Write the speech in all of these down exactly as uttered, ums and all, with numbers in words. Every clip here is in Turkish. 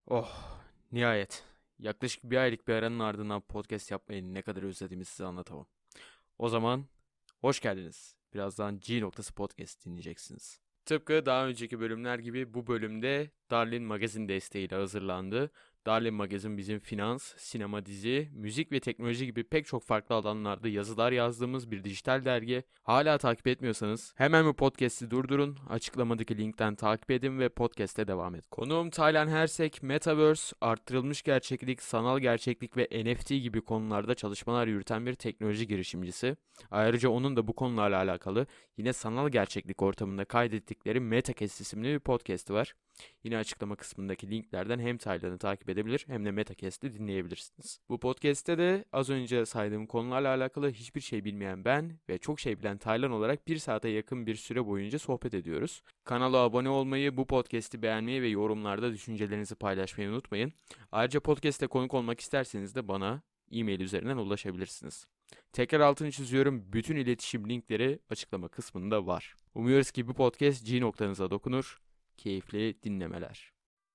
Oh, nihayet. Yaklaşık bir aylık bir aranın ardından podcast yapmayı ne kadar özlediğimi size anlatamam. O zaman hoş geldiniz. Birazdan G noktası podcast dinleyeceksiniz. Tıpkı daha önceki bölümler gibi bu bölümde Darlin Magazin desteğiyle hazırlandı. Darlin Magazin bizim finans, sinema, dizi, müzik ve teknoloji gibi pek çok farklı alanlarda yazılar yazdığımız bir dijital dergi. Hala takip etmiyorsanız hemen bu podcast'i durdurun, açıklamadaki linkten takip edin ve podcast'e devam edin. Konuğum Taylan Hersek, Metaverse, arttırılmış gerçeklik, sanal gerçeklik ve N F T gibi konularda çalışmalar yürüten bir teknoloji girişimcisi. Ayrıca onun da bu konularla alakalı yine sanal gerçeklik ortamında kaydettikleri Metacast isimli bir podcast var. Yine açıklama kısmındaki linklerden hem Taylan'ı takip edebilir hem de Metacast'i dinleyebilirsiniz. Bu podcast'te de az önce saydığım konularla alakalı hiçbir şey bilmeyen ben ve çok şey bilen Taylan olarak bir saate yakın bir süre boyunca sohbet ediyoruz. Kanala abone olmayı, bu podcast'i beğenmeyi ve yorumlarda düşüncelerinizi paylaşmayı unutmayın. Ayrıca podcast'te konuk olmak isterseniz de bana e-mail üzerinden ulaşabilirsiniz. Tekrar altını çiziyorum. Bütün iletişim linkleri açıklama kısmında var. Umuyoruz ki bu podcast G noktanıza dokunur. Keyifli dinlemeler.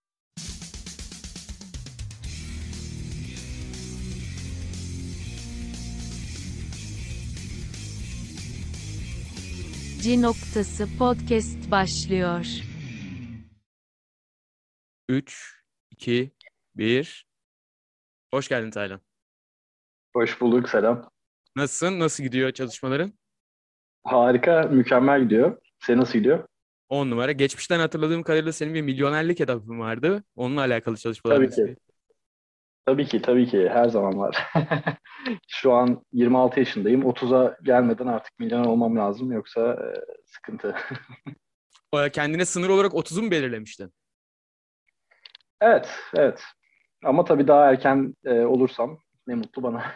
G noktası podcast başlıyor. üç, iki, bir. Hoş geldin Taylan. Hoş bulduk, selam. Nasılsın? Nasıl gidiyor çalışmaların? Harika, mükemmel gidiyor. Senin nasıl gidiyor? on numara. Geçmişten hatırladığım kadarıyla senin bir milyonerlik hedefin vardı. Onunla alakalı çalışmalar Tabii nasıl? ki, tabii ki, tabii ki. Her zaman var. Şu an yirmi altı yaşındayım. otuza gelmeden artık milyoner olmam lazım. Yoksa e, sıkıntı. O, kendine sınır olarak otuzu mu belirlemiştin? Evet, evet. Ama tabii daha erken e, olursam ne mutlu bana.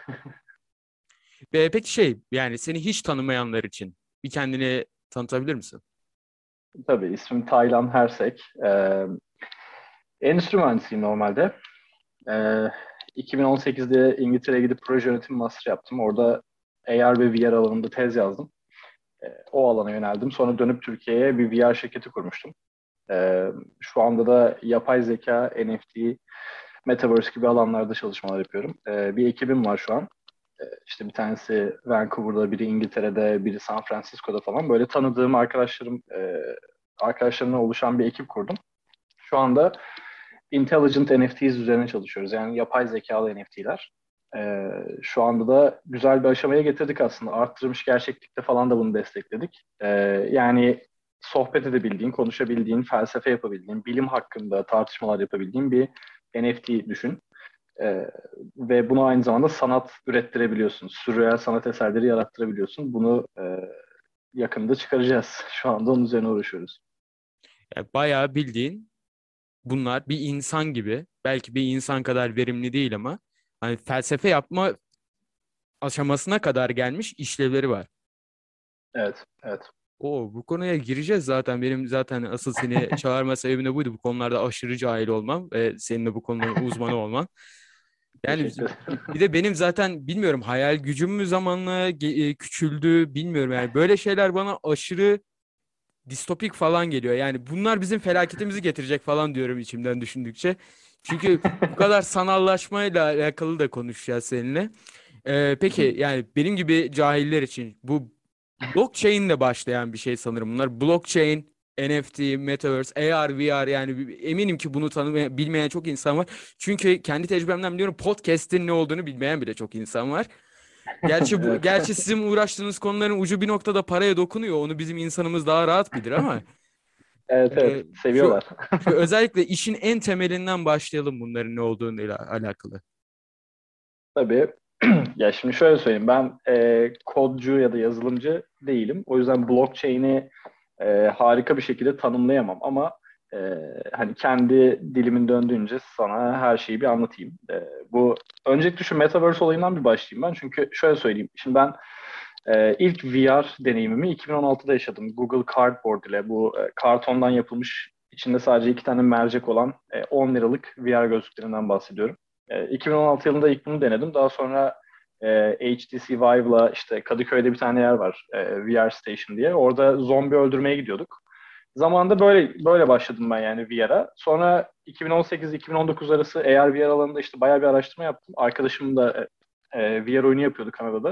Ve peki şey, yani seni hiç tanımayanlar için bir kendini tanıtabilir misin? Tabii ismim Taylan Hersek. E, endüstri mühendisiyim normalde. E, iki bin on sekizde İngiltere'ye gidip proje yönetim master yaptım. Orada A R ve V R alanında tez yazdım. E, o alana yöneldim. Sonra dönüp Türkiye'ye bir V R şirketi kurmuştum. E, şu anda da yapay zeka, N F T, Metaverse gibi alanlarda çalışmalar yapıyorum. E, bir ekibim var şu an. E, işte bir tanesi Vancouver'da, biri İngiltere'de, biri San Francisco'da falan. Böyle tanıdığım arkadaşlarım, e, arkadaşlarımla oluşan bir ekip kurdum. Şu anda Intelligent N F T's üzerine çalışıyoruz. Yani yapay zekalı N F T'ler. Ee, şu anda da güzel bir aşamaya getirdik aslında. Arttırılmış gerçeklikte falan da bunu destekledik. Ee, yani sohbet edebildiğin, konuşabildiğin, felsefe yapabildiğin, bilim hakkında tartışmalar yapabildiğin bir N F T düşün. Ee, ve bunu aynı zamanda sanat ürettirebiliyorsun. Sürreal sanat eserleri yarattırabiliyorsun. Bunu e, yakında çıkaracağız. Şu anda onun üzerine uğraşıyoruz. Yani bayağı bildiğin bunlar bir insan gibi, belki bir insan kadar verimli değil ama hani felsefe yapma aşamasına kadar gelmiş işlevleri var. Evet, evet. Oo, bu konuya gireceğiz zaten. Benim zaten asıl seni çağırma sebebim de buydu. Bu konularda aşırı cahil olmam ve senin de bu konuların uzmanı olman. Yani Teşekkür ederim. bir de benim zaten bilmiyorum, hayal gücüm mü zamanla ge- e, küçüldü bilmiyorum. Yani böyle şeyler bana aşırı distopik falan geliyor. Yani bunlar bizim felaketimizi getirecek falan diyorum içimden düşündükçe. Çünkü bu kadar sanallaşmayla alakalı da konuşacağız seninle. Ee, peki yani benim gibi cahiller için bu blockchain'le başlayan bir şey sanırım bunlar. Blockchain, N F T, Metaverse, A R, V R, yani eminim ki bunu tanımayan, bilmeyen çok insan var. Çünkü kendi tecrübemden biliyorum, podcast'in ne olduğunu bilmeyen bile çok insan var. Gerçi bu, Evet. gerçi sizin uğraştığınız konuların ucu bir noktada paraya dokunuyor. Onu bizim insanımız daha rahat bilir ama Evet, evet. e, şu Seviyorlar. şu özellikle işin en temelinden başlayalım bunların ne olduğuyla alakalı. Tabii. Ya şimdi şöyle söyleyeyim. Ben e, kodcu ya da yazılımcı değilim. O yüzden blockchain'i e, harika bir şekilde tanımlayamam. Ama e, hani kendi dilimin döndüğünce sana her şeyi bir anlatayım. E, bu öncelikle şu Metaverse olayından bir başlayayım ben. Çünkü şöyle söyleyeyim. Şimdi ben e, ilk V R deneyimimi iki bin on altıda yaşadım. Google Cardboard ile bu e, kartondan yapılmış, içinde sadece iki tane mercek olan e, on liralık V R gözlüklerinden bahsediyorum. E, iki bin on altı yılında ilk bunu denedim. Daha sonra e, H T C Vive'la işte Kadıköy'de bir tane yer var, e, V R Station diye. Orada zombi öldürmeye gidiyorduk. Zamanında böyle böyle başladım ben yani V R'a. Sonra iki bin on sekiz iki bin on dokuz arası A R V R alanında işte bayağı bir araştırma yaptım. Arkadaşım da e, V R oyunu yapıyordu Kanada'da.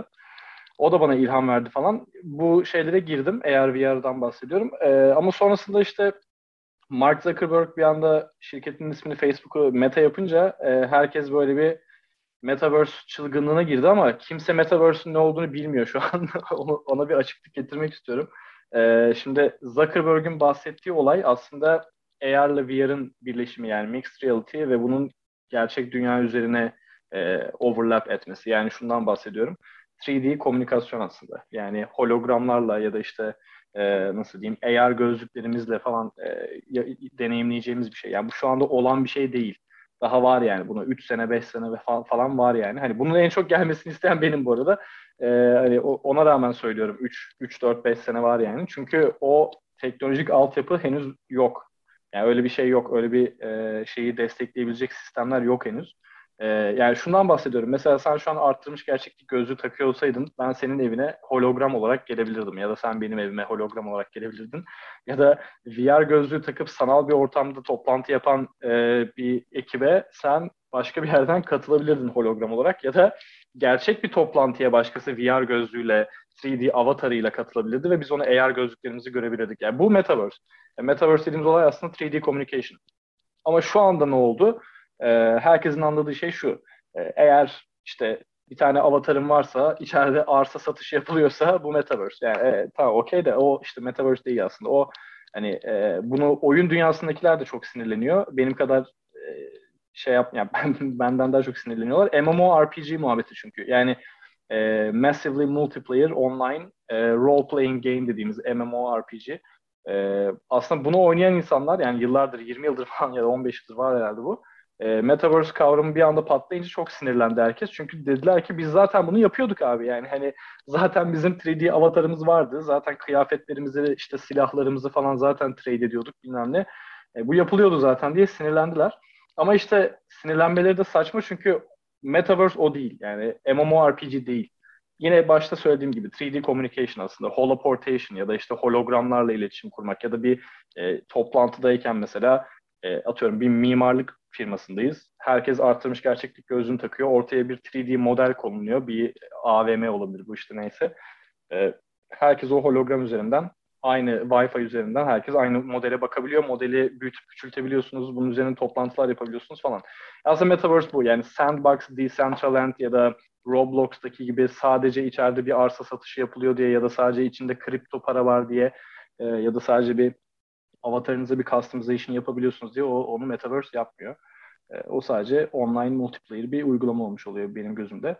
O da bana ilham verdi falan. Bu şeylere girdim. A R V R'dan bahsediyorum. E, ama sonrasında işte Mark Zuckerberg bir anda şirketinin ismini Facebook'u Meta yapınca e, herkes böyle bir Metaverse çılgınlığına girdi ama kimse Metaverse'ün ne olduğunu bilmiyor şu an. Ona bir açıklık getirmek istiyorum. Ee, şimdi Zuckerberg'in bahsettiği olay aslında A R ile V R'ın birleşimi yani mixed reality ve bunun gerçek dünya üzerine e, overlap etmesi. Yani şundan bahsediyorum. üç D komünikasyon aslında. Yani hologramlarla ya da işte e, nasıl diyeyim A R gözlüklerimizle falan e, deneyimleyeceğimiz bir şey. Yani bu şu anda olan bir şey değil. Daha var yani buna üç sene beş sene ve falan var yani. Hani bunun en çok gelmesini isteyen benim bu arada. Ee, hani ona rağmen söylüyorum üç üç dört beş sene var yani. Çünkü o teknolojik altyapı henüz yok. Yani öyle bir şey yok. Öyle bir e, şeyi destekleyebilecek sistemler yok henüz. E, yani şundan bahsediyorum. Mesela sen şu an arttırmış gerçeklik gözlüğü takıyor olsaydın ben senin evine hologram olarak gelebilirdim. Ya da sen benim evime hologram olarak gelebilirdin. Ya da V R gözlüğü takıp sanal bir ortamda toplantı yapan e, bir ekibe sen başka bir yerden katılabilirdin hologram olarak. Ya da gerçek bir toplantıya başkası V R gözlüğüyle üç D avatarıyla katılabilirdi ve biz onu A R gözlüklerimizi görebilirdik. Yani bu Metaverse. Yani Metaverse dediğimiz olay aslında üç D communication. Ama şu anda ne oldu? Ee, herkesin anladığı şey şu. Ee, eğer işte bir tane avatarın varsa, içeride arsa satışı yapılıyorsa bu Metaverse. Yani e, tamam okey de o işte Metaverse değil aslında. O hani e, bunu oyun dünyasındakiler de çok sinirleniyor. Benim kadar e, şey yap, yani ben, benden daha çok sinirleniyorlar. MMORPG muhabbeti çünkü. Yani e, Massively Multiplayer Online e, Role Playing Game dediğimiz MMORPG. Ee, aslında bunu oynayan insanlar yani yıllardır yirmi yıldır falan ya da on beş yıldır var herhalde bu. Ee, Metaverse kavramı bir anda patlayınca çok sinirlendi herkes. Çünkü dediler ki biz zaten bunu yapıyorduk abi. Yani hani zaten bizim üç D avatarımız vardı. Zaten kıyafetlerimizi işte silahlarımızı falan zaten trade ediyorduk bilmem ne. E, bu yapılıyordu zaten diye sinirlendiler. Ama işte sinirlenmeleri de saçma çünkü Metaverse o değil. Yani MMORPG değil. Yine başta söylediğim gibi üç D communication aslında holoportation ya da işte hologramlarla iletişim kurmak ya da bir e, toplantıdayken mesela e, atıyorum bir mimarlık firmasındayız. Herkes artırmış gerçeklik gözlüğünü takıyor. Ortaya bir üç D model konuluyor. Bir A V M olabilir bu işte neyse. E, herkes o hologram üzerinden aynı Wi-Fi üzerinden herkes aynı modele bakabiliyor. Modeli büyütüp küçültebiliyorsunuz. Bunun üzerine toplantılar yapabiliyorsunuz falan. Aslında Metaverse bu. Yani Sandbox, Decentraland ya da Roblox'taki gibi sadece içeride bir arsa satışı yapılıyor diye ya da sadece içinde kripto para var diye e, ya da sadece bir avatarınıza bir customization yapabiliyorsunuz diye o, onu Metaverse yapmıyor. E, o sadece online multiplayer bir uygulama olmuş oluyor benim gözümde.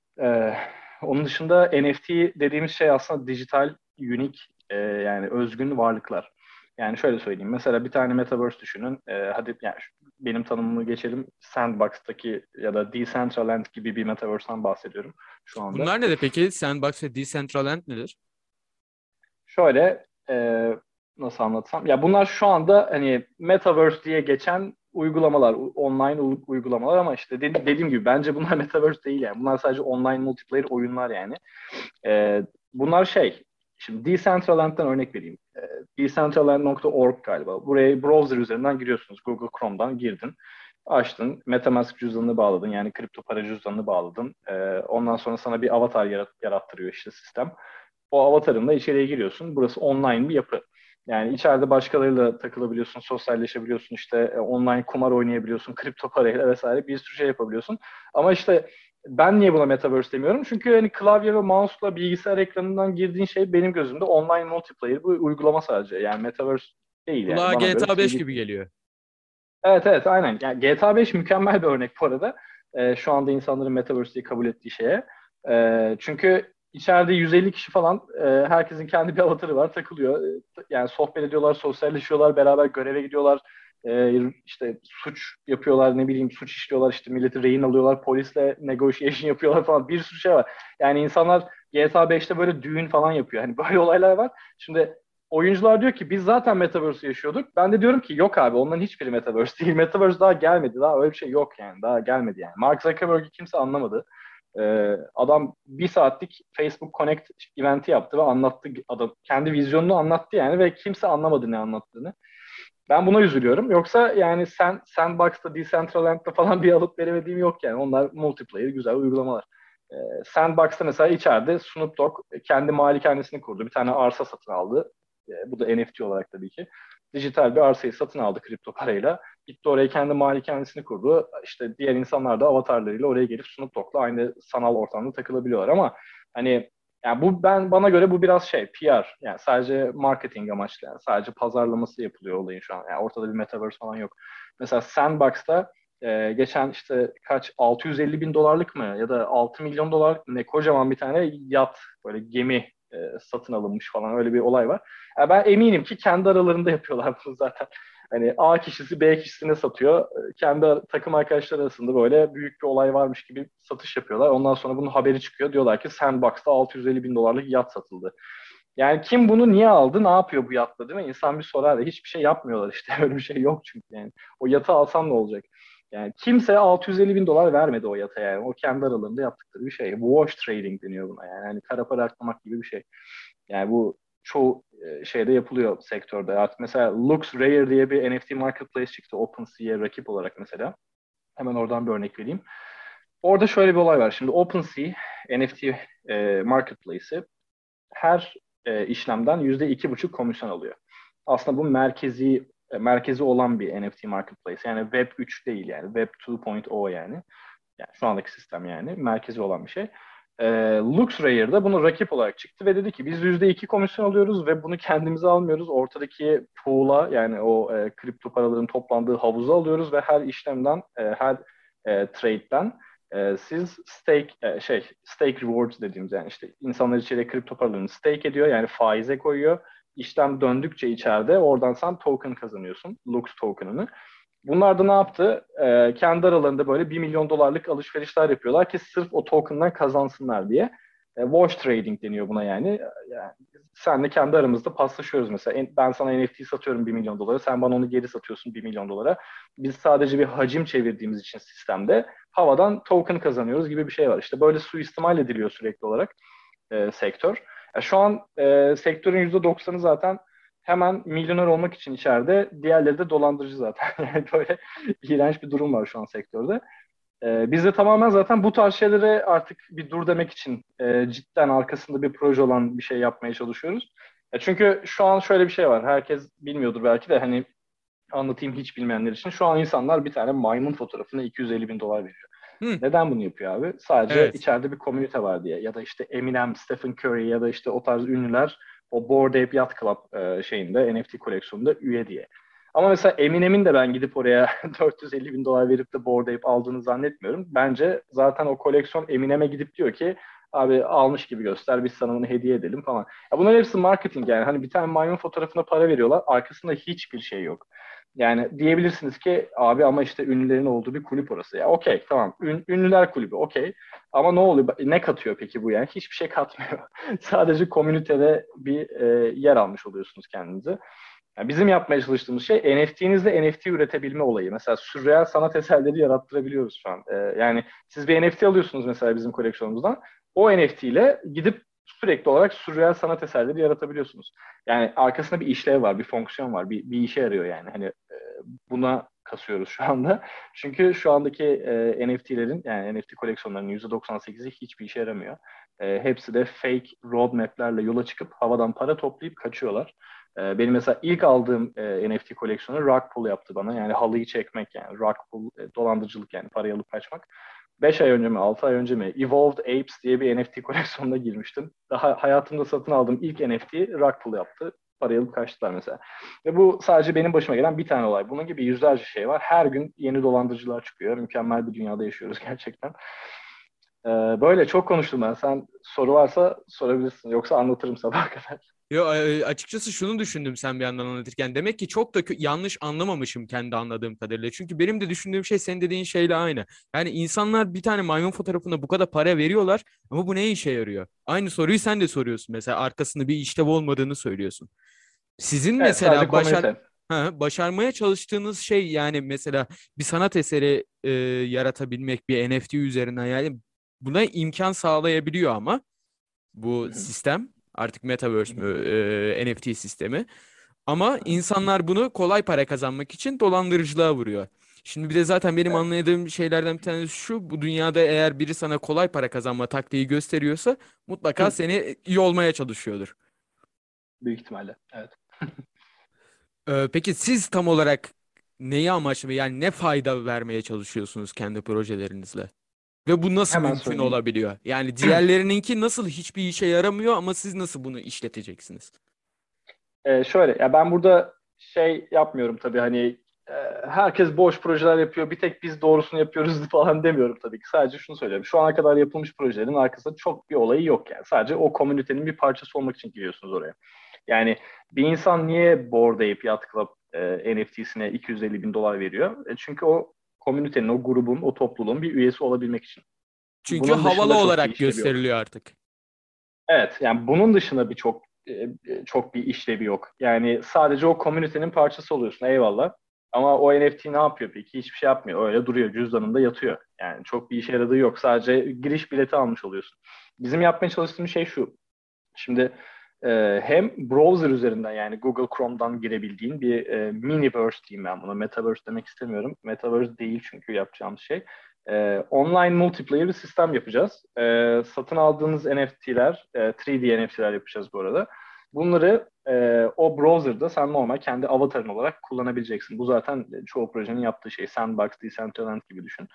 E, onun dışında N F T dediğimiz şey aslında dijital, unique e, yani özgün varlıklar. Yani şöyle söyleyeyim. Mesela bir tane Metaverse düşünün. E, hadi yani benim tanımımı geçelim. Sandbox'taki ya da Decentraland gibi bir Metaverse'den bahsediyorum şu anda. Bunlar ne de peki? Sandbox ve Decentraland nedir? Şöyle e, nasıl anlatsam? Ya bunlar şu anda hani Metaverse diye geçen uygulamalar, online u- uygulamalar ama işte dedi- dediğim gibi bence bunlar Metaverse değil yani. Bunlar sadece online multiplayer oyunlar yani. E, bunlar şey, şimdi Decentraland'dan örnek vereyim. E, decentraland nokta org galiba. Buraya browser üzerinden giriyorsunuz. Google Chrome'dan girdin. Açtın, MetaMask cüzdanını bağladın yani kripto para cüzdanını bağladın. E, ondan sonra sana bir avatar yarat- yarattırıyor işte sistem. O avatarınla içeriye giriyorsun. Burası online bir yapı. Yani içeride başkalarıyla takılabiliyorsun, sosyalleşebiliyorsun, işte e, online kumar oynayabiliyorsun, kripto parayla vesaire bir sürü şey yapabiliyorsun. Ama işte ben niye buna Metaverse demiyorum? Çünkü hani klavye ve mouse'la bilgisayar ekranından girdiğin şey benim gözümde online multiplayer bu uygulama sadece. Yani Metaverse değil yani Kulağa bana göre G T A beş üç D. gibi geliyor. Evet evet aynen. Yani G T A beş mükemmel bir örnek bu arada. Ee, şu anda insanların Metaverse diye kabul ettiği şeye. Ee, çünkü içeride yüz elli kişi falan e, herkesin kendi bir avatarı var takılıyor. E, yani sohbet ediyorlar, sosyalleşiyorlar, beraber göreve gidiyorlar. E, işte suç yapıyorlar, ne bileyim suç işliyorlar, işte milleti rehin alıyorlar, polisle negotiation yapıyorlar falan bir sürü şey var. Yani insanlar G T A beşte böyle düğün falan yapıyor. Hani böyle olaylar var. Şimdi oyuncular diyor ki biz zaten Metaverse yaşıyorduk. Ben de diyorum ki yok abi onların hiçbiri Metaverse değil. Metaverse daha gelmedi. Daha öyle bir şey yok yani. Daha gelmedi yani. Mark Zuckerberg'i kimse anlamadı. Ee, adam bir saatlik Facebook Connect eventi yaptı ve anlattı, adam kendi vizyonunu anlattı yani ve kimse anlamadı ne anlattığını. Ben buna üzülüyorum. Yoksa yani sen Sandbox'ta, Decentraland'da falan bir alıp veremediğim yok yani. Onlar multiplayer güzel uygulamalar. Ee, Sandbox'ta mesela içeride Snoop Dogg kendi malikanesini kurdu. Bir tane arsa satın aldı. Ee, bu da N F T olarak tabii ki. Dijital bir arsayı satın aldı kripto parayla. Gitti oraya kendi malikanesini kurdu. İşte diğer insanlar da avatarlarıyla oraya gelip Snoop Dogg'la aynı sanal ortamda takılabiliyorlar ama hani yani bu ben bana göre bu biraz şey P R. Yani sadece marketing amaçlı yani sadece pazarlaması yapılıyor olayın şu an. Yani ortada bir metaverse falan yok. Mesela Sandbox'ta e, geçen işte kaç altı yüz elli bin dolarlık mı ya da altı milyon dolarlık mı ne kocaman bir tane yat böyle gemi e, satın alınmış falan öyle bir olay var. Yani ben eminim ki kendi aralarında yapıyorlar bunu zaten. Hani A kişisi B kişisine satıyor. E, Kendi takım arkadaşlar arasında böyle büyük bir olay varmış gibi satış yapıyorlar. Ondan sonra bunun haberi çıkıyor. Diyorlar ki Sandbox'ta altı yüz elli bin dolarlık yat satıldı. Yani kim bunu niye aldı, ne yapıyor bu yatla değil mi? İnsan bir sorar da hiçbir şey yapmıyorlar işte. Öyle bir şey yok çünkü yani. O yatı alsam ne olacak? Yani kimse altı yüz elli bin dolar vermedi o yata yani. O kendi aralarında yaptıkları bir şey. Wash trading deniyor buna yani. Hani kara para aklamak gibi bir şey. Yani bu çoğu e, şeyde yapılıyor sektörde. Artık mesela LuxRare diye bir N F T marketplace çıktı. OpenSea'ye rakip olarak mesela. Hemen oradan bir örnek vereyim. Orada şöyle bir olay var. Şimdi OpenSea N F T e, marketplace'i her e, işlemden yüzde iki buçuk komisyon alıyor. Aslında bu merkezi e, merkezi olan bir N F T marketplace. Yani Web üç değil yani. Web iki nokta sıfır yani. Yani şu andaki sistem yani. Merkezi olan bir şey. E, LuxRare'da bunu rakip olarak çıktı ve dedi ki biz yüzde iki komisyon alıyoruz ve bunu kendimize almıyoruz. Ortadaki pool'a yani o e, kripto paraların toplandığı havuza alıyoruz ve her işlemden, e, her e, trade'den e, siz stake e, şey stake rewards dediğimiz yani işte insanlar içeriye kripto paralarını stake ediyor yani faize koyuyor. İşlem döndükçe içeride oradan sen token kazanıyorsun. Lux token'ını. Bunlar da ne yaptı? Ee, kendi aralarında böyle bir milyon dolarlık alışverişler yapıyorlar ki sırf o token'dan kazansınlar diye. E, wash trading deniyor buna yani. Yani senle kendi aramızda paslaşıyoruz mesela. En- Ben sana N F T satıyorum bir milyon dolara. Sen bana onu geri satıyorsun bir milyon dolara. Biz sadece bir hacim çevirdiğimiz için sistemde havadan token kazanıyoruz gibi bir şey var. İşte böyle suistimal ediliyor sürekli olarak e, sektör. Ya şu an e, sektörün yüzde doksanı zaten hemen milyoner olmak için içeride. Diğerleri de dolandırıcı zaten. Yani böyle iğrenç bir durum var şu an sektörde. Ee, biz de tamamen zaten bu tarz şeylere artık bir dur demek için e, cidden arkasında bir proje olan bir şey yapmaya çalışıyoruz. Ya çünkü şu an şöyle bir şey var. Herkes bilmiyordur belki de hani anlatayım hiç bilmeyenler için. Şu an insanlar bir tane maymun fotoğrafına iki yüz elli bin dolar veriyor. Hı, Neden bunu yapıyor abi? Sadece evet. içeride bir komünite var diye. Ya da işte Eminem, Stephen Curry ya da işte o tarz ünlüler o Bored Ape Yacht Club e, şeyinde N F T koleksiyonunda üye diye. Ama mesela Eminem'in de ben gidip oraya dört yüz elli bin dolar verip de Bored Ape aldığını zannetmiyorum. Bence zaten o koleksiyon Eminem'e gidip diyor ki abi almış gibi göster biz sana bunu hediye edelim falan. Ya bunların hepsi marketing yani. Hani bir tane maymun fotoğrafına para veriyorlar. Arkasında hiçbir şey yok. Yani diyebilirsiniz ki abi ama işte ünlülerin olduğu bir kulüp orası. Ya okey tamam. Ün, ünlüler kulübü okey. Ama ne oluyor? Ne katıyor peki bu yani? Hiçbir şey katmıyor. Sadece komünitede bir e, yer almış oluyorsunuz kendinize. Yani bizim yapmaya çalıştığımız şey N F T'nizle N F T üretebilme olayı. Mesela sürreal sanat eserleri yarattırabiliyoruz şu an. E, yani siz bir N F T alıyorsunuz mesela bizim koleksiyonumuzdan. O N F T ile gidip sürekli olarak sürreal sanat eserleri yaratabiliyorsunuz. Yani arkasında bir işlev var, bir fonksiyon var, bir, bir işe yarıyor yani. Hani e, buna kasıyoruz şu anda. Çünkü şu andaki e, N F T'lerin yani N F T koleksiyonlarının yüzde doksan sekizi hiçbir işe yaramıyor. E, hepsi de fake roadmap'lerle yola çıkıp havadan para toplayıp kaçıyorlar. E, benim mesela ilk aldığım e, N F T koleksiyonu rug pull yaptı bana. Yani halıyı çekmek yani rug pull e, dolandırıcılık yani parayı alıp kaçmak. beş ay önce mi altı ay önce mi Evolved Apes diye bir N F T koleksiyonuna girmiştim. Daha hayatımda satın aldığım ilk N F T rug pull yaptı. Parayı alıp kaçtılar mesela. Ve bu sadece benim başıma gelen bir tane olay. Bunun gibi yüzlerce şey var. Her gün yeni dolandırıcılar çıkıyor. Mükemmel bir dünyada yaşıyoruz gerçekten. Ee, böyle çok konuştum ben. Sen soru varsa sorabilirsin. Yoksa anlatırım sabaha kadar. Yo, e, açıkçası şunu düşündüm sen bir yandan anlatırken. Demek ki çok da kö- yanlış anlamamışım kendi anladığım kadarıyla. Çünkü benim de düşündüğüm şey senin dediğin şeyle aynı. Yani insanlar bir tane maymun fotoğrafına bu kadar para veriyorlar ama bu ne işe yarıyor? Aynı soruyu sen de soruyorsun. Mesela arkasında bir işlev olmadığını söylüyorsun. Sizin Evet sadece mesela başar komünite. ha, başarmaya çalıştığınız şey yani mesela bir sanat eseri e, yaratabilmek bir N F T üzerinden yani buna imkan sağlayabiliyor ama bu Hı hı. sistem artık Hı Metaverse hı. mü, e, N F T sistemi. Ama Hı hı. insanlar bunu kolay para kazanmak için dolandırıcılığa vuruyor. Şimdi bir de zaten benim Evet, anladığım şeylerden bir tanesi şu: bu dünyada eğer biri sana kolay para kazanma taktiği gösteriyorsa mutlaka seni iyi olmaya çalışıyordur. büyük ihtimalle. Evet. Ee, peki siz tam olarak neyi amaçlı, yani ne fayda vermeye çalışıyorsunuz kendi projelerinizle? Ve bu nasıl Hemen mümkün söyleyeyim. olabiliyor? Yani diğerlerininki nasıl hiçbir işe yaramıyor ama siz nasıl bunu işleteceksiniz? Ee, şöyle ya ben burada şey yapmıyorum tabii hani e, herkes boş projeler yapıyor bir tek biz doğrusunu yapıyoruz falan demiyorum tabii ki. Sadece şunu söylüyorum. Şu ana kadar yapılmış projelerin arkasında çok bir olayı yok yani. Sadece o komünitenin bir parçası olmak için giriyorsunuz oraya. Yani bir insan niye Bored Ape Yacht Club e, N F T'sine iki yüz elli bin dolar veriyor? E, çünkü o komünitenin, o grubun, o topluluğun bir üyesi olabilmek için. Çünkü Bunun havalı dışında çok bir olarak işlevi yok. gösteriliyor artık. Evet, yani bunun dışında bir çok e, çok bir işlevi yok. Yani sadece o komünitenin parçası oluyorsun, eyvallah. Ama o N F T ne yapıyor peki? Hiçbir şey yapmıyor. Öyle duruyor, cüzdanında yatıyor. Yani çok bir işe yaradığı yok. Sadece giriş bileti almış oluyorsun. Bizim yapmaya çalıştığımız şey şu. Şimdi e, hem browser üzerinden yani Google Chrome'dan girebildiğin bir e, miniverse diyeyim ben buna. Metaverse demek istemiyorum. Metaverse değil çünkü yapacağımız şey. E, online multiplayer bir sistem yapacağız. E, satın aldığınız N F T'ler, e, üç D N F T'ler yapacağız bu arada. Bunları e, o browser'da sen normal kendi avatarın olarak kullanabileceksin. Bu zaten çoğu projenin yaptığı şey. Sandbox, Decentraland gibi düşün.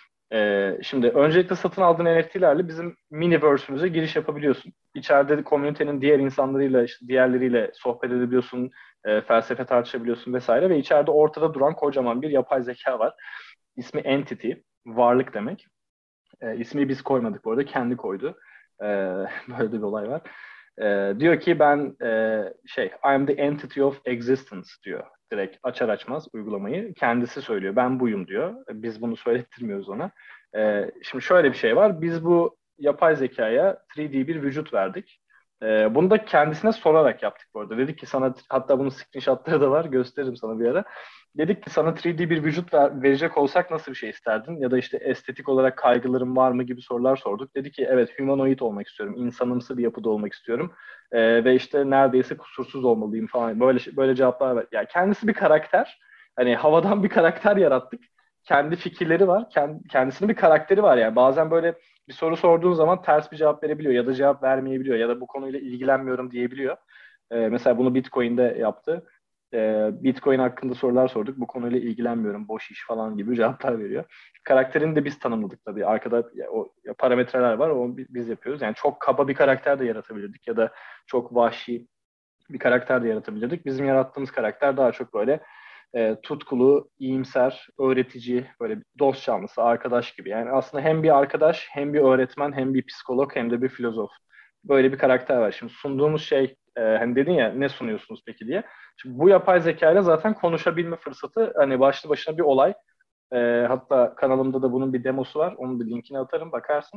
Ee, şimdi öncelikle satın aldığın N F T'lerle bizim Miniverse'ümüze giriş yapabiliyorsun. İçeride komünitenin diğer insanlarıyla, işte diğerleriyle sohbet edebiliyorsun, e, felsefe tartışabiliyorsun vesaire ve içeride ortada duran kocaman bir yapay zeka var. İsmi Entity, varlık demek. E, ismi biz koymadık bu arada, kendi koydu. E, böyle de bir olay var. E, diyor ki ben e, şey, I am the entity of existence diyor. Direkt açar açmaz uygulamayı kendisi söylüyor. Ben buyum diyor. Biz bunu söylettirmiyoruz ona. E, şimdi şöyle bir şey var. Biz bu yapay zekaya üç D bir vücut verdik. E, bunu da kendisine sorarak yaptık bu arada. Dedik ki sana, hatta bunun screenshotları da var. Gösteririm sana bir ara. Dedik ki sana üç D bir vücut ver, verecek olsak nasıl bir şey isterdin? Ya da işte estetik olarak kaygıların var mı gibi sorular sorduk. Dedi ki evet, humanoid olmak istiyorum. İnsanımsı bir yapıda olmak istiyorum. Ee, ve işte neredeyse kusursuz olmalıyım falan. Böyle böyle cevaplar ver. Yani kendisi bir karakter. Hani havadan bir karakter yarattık. Kendi fikirleri var. Kend, kendisinin bir karakteri var yani. Bazen böyle bir soru sorduğun zaman ters bir cevap verebiliyor ya da cevap vermeyebiliyor ya da bu konuyla ilgilenmiyorum diyebiliyor. Ee, mesela bunu Bitcoin'de yaptı. Ee, Bitcoin hakkında sorular sorduk. Bu konuyla ilgilenmiyorum, boş iş falan gibi cevaplar veriyor. Karakterini de biz tanımladık tabii. Arkada ya, o ya, parametreler var, onu biz yapıyoruz. Yani çok kaba bir karakter de yaratabilirdik ya da çok vahşi bir karakter de yaratabilirdik. Bizim yarattığımız karakter daha çok böyle e, tutkulu, iyimser, öğretici, böyle dost canlısı, arkadaş gibi. Yani aslında hem bir arkadaş, hem bir öğretmen, hem bir psikolog, hem de bir filozof. Böyle bir karakter var. Şimdi sunduğumuz şey, e, hani dedin ya ne sunuyorsunuz peki diye. Şimdi bu yapay zeka ile zaten konuşabilme fırsatı hani başlı başına bir olay. E, hatta kanalımda da bunun bir demosu var. Onun da linkini atarım, bakarsın.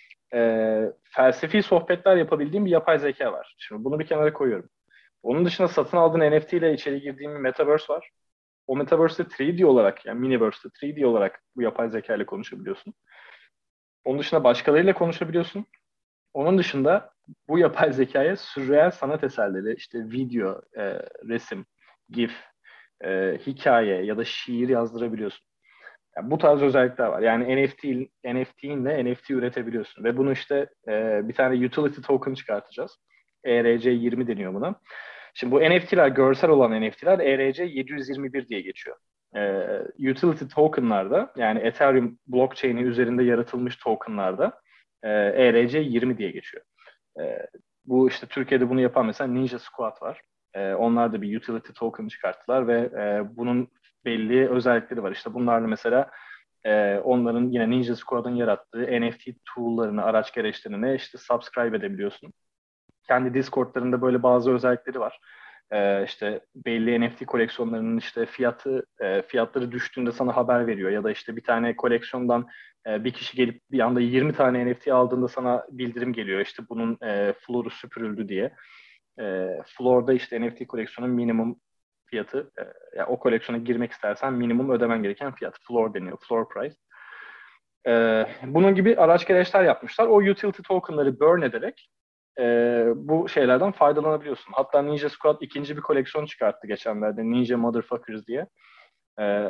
E, felsefi sohbetler yapabildiğim bir yapay zeka var. Şimdi bunu bir kenara koyuyorum. Onun dışında satın aldığın N F T ile içeri girdiğin bir Metaverse var. O Metaverse'de üç D olarak, yani Miniverse'de üç D olarak bu yapay zeka ile konuşabiliyorsun. Onun dışında başkalarıyla konuşabiliyorsun. Onun dışında bu yapay zekaya sürreel sanat eserleri, işte video, e, resim, GIF, e, hikaye ya da şiir yazdırabiliyorsun. Yani bu tarz özellikler var. Yani N F T, N F T'inle N F T üretebiliyorsun. Ve bunu işte e, bir tane utility token çıkartacağız. E R C yirmi deniyor buna. Şimdi bu N F T'ler, görsel olan N F T'ler E R C yedi yüz yirmi bir diye geçiyor. Ee, utility token'larda, yani Ethereum blockchain'i üzerinde yaratılmış token'larda e, E R C yirmi diye geçiyor. E, bu işte Türkiye'de bunu yapan mesela Ninja Squad var. E, onlar da bir utility token çıkarttılar ve e, bunun belli özellikleri var. İşte bunlarla mesela e, onların yine Ninja Squad'ın yarattığı N F T tool'larını, araç gereçlerini işte subscribe edebiliyorsun. Kendi Discord'larında böyle bazı özellikleri var. Ee, işte belli N F T koleksiyonlarının işte fiyatı e, fiyatları düştüğünde sana haber veriyor ya da işte bir tane koleksiyondan e, bir kişi gelip bir anda yirmi tane N F T aldığında sana bildirim geliyor işte bunun e, floru süpürüldü diye. E, Floor'da işte N F T koleksiyonun minimum fiyatı, e, yani o koleksiyona girmek istersen minimum ödemen gereken fiyat. Floor deniyor, floor price. Ee, bunun gibi araç gereçler yapmışlar. O utility tokenları burn ederek e, bu şeylerden faydalanabiliyorsun. Hatta Ninja Squad ikinci bir koleksiyon çıkarttı geçenlerde. Ninja Motherfuckers diye. Ee,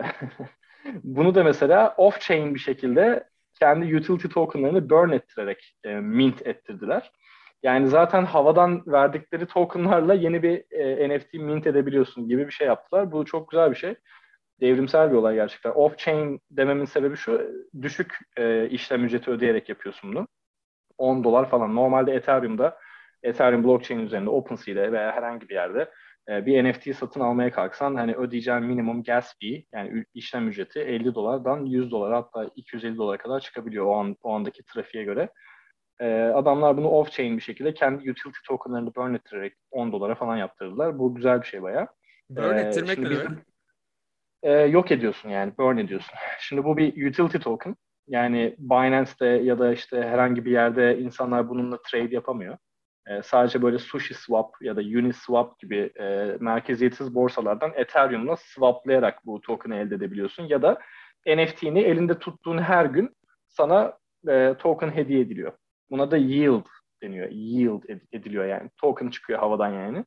bunu da mesela off-chain bir şekilde kendi utility tokenlarını burn ettirerek e, mint ettirdiler. Yani zaten havadan verdikleri tokenlarla yeni bir e, N F T mint edebiliyorsun gibi bir şey yaptılar. Bu çok güzel bir şey. Devrimsel bir olay gerçekten. Off-chain dememin sebebi şu, düşük e, işlem ücreti ödeyerek yapıyorsun bunu. on dolar falan. Normalde Ethereum'da, Ethereum blockchain üzerinde, OpenSea'de veya herhangi bir yerde e, bir N F T satın almaya kalksan hani ödeyeceğin minimum gas fee yani işlem ücreti elli dolardan yüz dolar hatta iki yüz elli dolara kadar çıkabiliyor o an o andaki trafiğe göre. E, adamlar bunu off-chain bir şekilde kendi utility tokenlarını burn ettirerek on dolara falan yaptırdılar. Bu güzel bir şey bayağı. Burn E, ettirmek şimdi ne biz de demek? e, yok ediyorsun yani burn ediyorsun. Şimdi bu bir utility token. Yani Binance'te ya da işte herhangi bir yerde insanlar bununla trade yapamıyor. E, sadece böyle Sushi Swap ya da Uniswap gibi e, merkeziyetsiz borsalardan Ethereum'la swaplayarak bu token'ı elde edebiliyorsun. Ya da N F T'ni elinde tuttuğun her gün sana e, token hediye ediliyor. Buna da yield deniyor. Yield ed- ediliyor yani. Token çıkıyor havadan yani.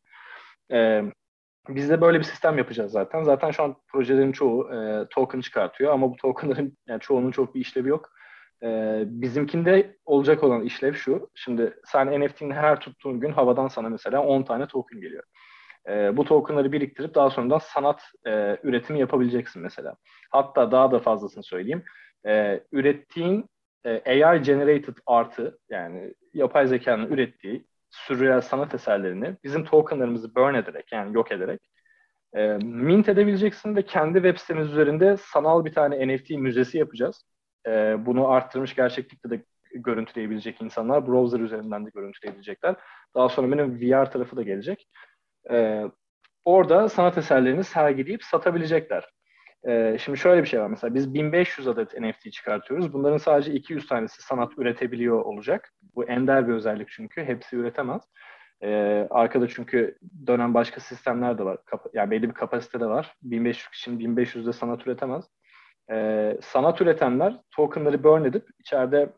E, biz de böyle bir sistem yapacağız zaten. Zaten şu an projelerin çoğu e, token çıkartıyor ama bu tokenların yani çoğunun çok bir işlevi yok. E, bizimkinde olacak olan işlev şu. Şimdi sen N F T'ni her tuttuğun gün havadan sana mesela on tane token geliyor. E, bu tokenları biriktirip daha sonradan sanat e, üretimi yapabileceksin mesela. Hatta daha da fazlasını söyleyeyim. E, ürettiğin e, A I generated artı yani yapay zekanın ürettiği sürreal sanat eserlerini bizim tokenlarımızı burn ederek yani yok ederek e, mint edebileceksin ve kendi web sitemiz üzerinde sanal bir tane N F T müzesi yapacağız. E, bunu arttırmış gerçeklikte de görüntüleyebilecek insanlar browser üzerinden de görüntüleyebilecekler. Daha sonra benim V R tarafı da gelecek. E, orada sanat eserlerini sergileyip satabilecekler. E, şimdi şöyle bir şey var mesela biz bin beş yüz adet N F T çıkartıyoruz. Bunların sadece iki yüz tanesi sanat üretebiliyor olacak. Bu ender bir özellik çünkü hepsi üretemez. Ee, arkada çünkü dönen başka sistemler de var. Kap- yani belli bir kapasite de var. bin beş yüz kişinin bin beş yüzde sanat üretemez. Ee, sanat üretenler tokenları burn edip içeride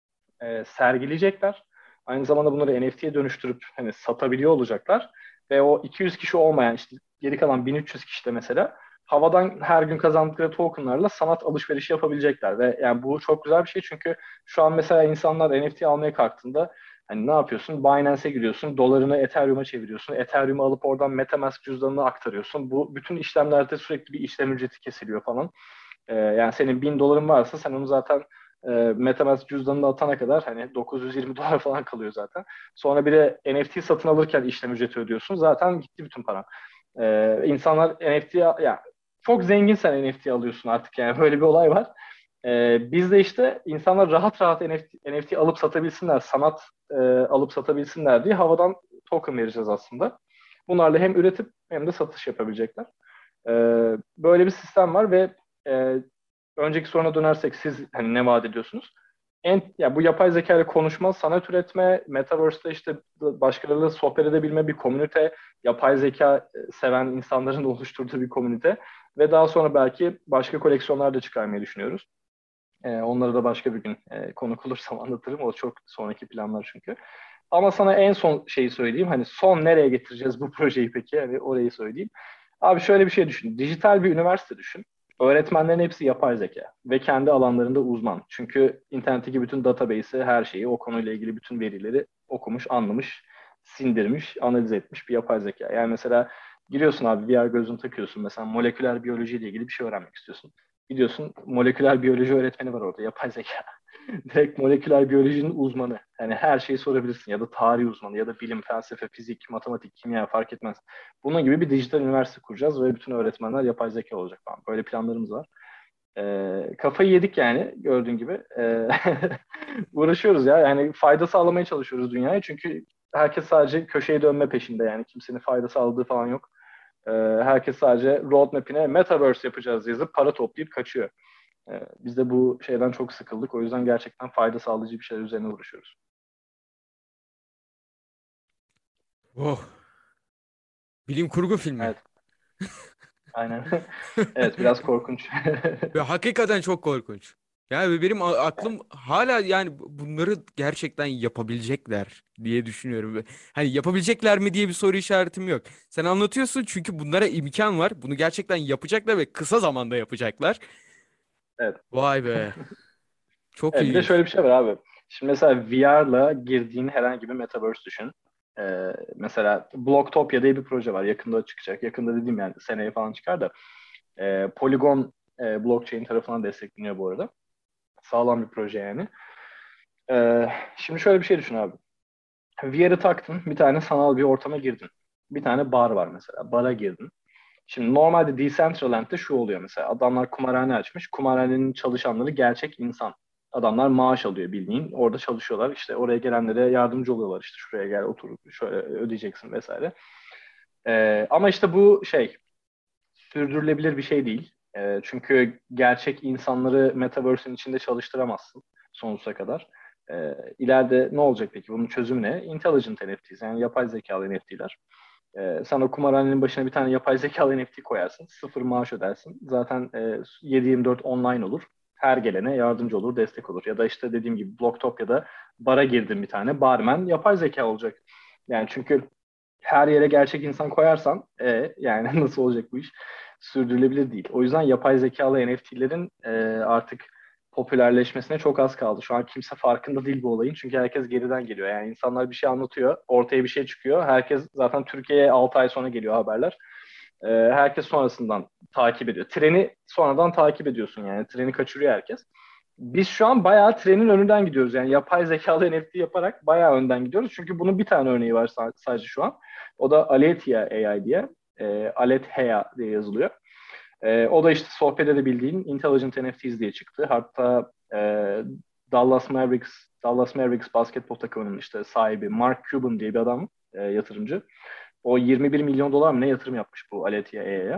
e, sergileyecekler. Aynı zamanda bunları N F T'ye dönüştürüp hani satabiliyor olacaklar. Ve o iki yüz kişi olmayan işte geri kalan bin üç yüz kişi de mesela havadan her gün kazandıkları tokenlarla sanat alışverişi yapabilecekler. Ve yani bu çok güzel bir şey çünkü şu an mesela insanlar N F T almaya kalktığında hani ne yapıyorsun? Binance'e giriyorsun, dolarını Ethereum'a çeviriyorsun. Ethereum'u alıp oradan MetaMask cüzdanına aktarıyorsun. Bu bütün işlemlerde sürekli bir işlem ücreti kesiliyor falan. Ee, yani senin bin doların varsa sen onu zaten e, MetaMask cüzdanına atana kadar hani dokuz yüz yirmi dolar falan kalıyor zaten. Sonra bir de N F T satın alırken işlem ücreti ödüyorsun. Zaten gitti bütün paran. Ee, insanlar N F T ya çok zenginsen N F T alıyorsun artık yani böyle bir olay var. Ee, biz de işte insanlar rahat rahat N F T, N F T alıp satabilsinler, sanat e, alıp satabilsinler diye havadan token vereceğiz aslında. Bunlarla hem üretip hem de satış yapabilecekler. Ee, böyle bir sistem var ve e, önceki soruna dönersek siz hani ne vaat ediyorsunuz? En, ya bu yapay zeka ile konuşma, sanat üretme, Metaverse'de işte başkalarıyla sohbet edebilme bir komünite, yapay zeka e, seven insanların oluşturduğu bir komünite ve daha sonra belki başka koleksiyonlar da çıkarmayı düşünüyoruz. E, onları da başka bir gün e, konuk olursam anlatırım. O çok sonraki planlar çünkü. Ama sana en son şeyi söyleyeyim. Hani son nereye getireceğiz bu projeyi peki? Hani orayı söyleyeyim. Abi şöyle bir şey düşün. Dijital bir üniversite düşün. Öğretmenlerin hepsi yapay zeka ve kendi alanlarında uzman. Çünkü internetteki bütün database'i, her şeyi, o konuyla ilgili bütün verileri okumuş, anlamış, sindirmiş, analiz etmiş bir yapay zeka. Yani mesela giriyorsun abi V R gözünü takıyorsun. Mesela moleküler biyolojiyle ilgili bir şey öğrenmek istiyorsun. Gidiyorsun moleküler biyoloji öğretmeni var orada yapay zeka. Direkt moleküler biyolojinin uzmanı. Yani her şeyi sorabilirsin ya da tarih uzmanı ya da bilim, felsefe, fizik, matematik, kimya fark etmez. Bunun gibi bir dijital üniversite kuracağız ve bütün öğretmenler yapay zeka olacak falan. Böyle planlarımız var. Ee, kafayı yedik yani gördüğün gibi. Ee, uğraşıyoruz ya. Yani fayda sağlamaya çalışıyoruz dünyaya. Çünkü herkes sadece köşeye dönme peşinde yani. Kimsenin fayda sağladığı falan yok. Ee, herkes sadece roadmap'ine metaverse yapacağız yazıp para toplayıp kaçıyor. Ee, biz de bu şeyden çok sıkıldık. O yüzden gerçekten fayda sağlayıcı bir şeyler üzerine uğraşıyoruz. Oh, bilim kurgu filmi. Evet, aynen. Evet, biraz korkunç. Ve hakikaten çok korkunç. Yani benim a- aklım hala yani bu- bunları gerçekten yapabilecekler diye düşünüyorum. Ve hani yapabilecekler mi diye bir soru işaretim yok. Sen anlatıyorsun çünkü bunlara imkan var. Bunu gerçekten yapacaklar ve kısa zamanda yapacaklar. Evet. Vay be. Çok Evet, bir de şöyle ilginç. bir şey var abi. Şimdi mesela V R'la girdiğin herhangi bir metaverse düşün. Ee, mesela Blocktopia diye bir proje var. Yakında çıkacak. Yakında dediğim yani seneye falan çıkar da. Ee, Polygon e, blockchain tarafından destekleniyor bu arada. Sağlam bir proje yani. Ee, şimdi şöyle bir şey düşün abi. V R'ı taktın, bir tane sanal bir ortama girdin. Bir tane bar var mesela. Bara girdin. Şimdi normalde Decentraland'de şu oluyor mesela. Adamlar kumarhane açmış. Kumarhanenin çalışanları gerçek insan. Adamlar maaş alıyor bildiğin. Orada çalışıyorlar. İşte oraya gelenlere yardımcı oluyorlar. İşte şuraya gel otur şöyle ödeyeceksin vesaire. Ee, ama işte bu şey sürdürülebilir bir şey değil. Ee, çünkü gerçek insanları Metaverse'ün içinde çalıştıramazsın sonsuza kadar. Ee, ileride ne olacak peki? Bunun çözümü ne? Intelligent N F T's yani yapay zekalı N F T'ler. Ee, sen o kumarhanenin başına bir tane yapay zekalı N F T koyarsın. Sıfır maaş ödersin. Zaten e, yedi yirmi dört online olur. Her gelene yardımcı olur, destek olur. Ya da işte dediğim gibi Blocktopya'da bara girdim bir tane. Barmen yapay zeka olacak. Yani çünkü her yere gerçek insan koyarsan e, yani nasıl olacak bu iş? Sürdürülebilir değil. O yüzden yapay zekalı N F T'lerin e, artık popülerleşmesine çok az kaldı. Şu an kimse farkında değil bu olayın. Çünkü herkes geriden geliyor. Yani insanlar bir şey anlatıyor, ortaya bir şey çıkıyor. Herkes zaten Türkiye'ye altı ay sonra geliyor haberler. E, herkes sonrasından takip ediyor. Treni sonradan takip ediyorsun yani. Treni kaçırıyor herkes. Biz şu an bayağı trenin önünden gidiyoruz. Yani yapay zekalı N F T yaparak bayağı önden gidiyoruz. Çünkü bunun bir tane örneği var sadece şu an. O da Aletheia A I diye. E, Aletheia diye yazılıyor. E, o da işte sohbet edebildiğin Intelligent N F T's diye çıktı. Hatta e, Dallas Mavericks Dallas Mavericks basketbol takımının işte sahibi Mark Cuban diye bir adam, e, yatırımcı. O yirmi bir milyon dolar mı ne yatırım yapmış bu Aletheia A I'ya.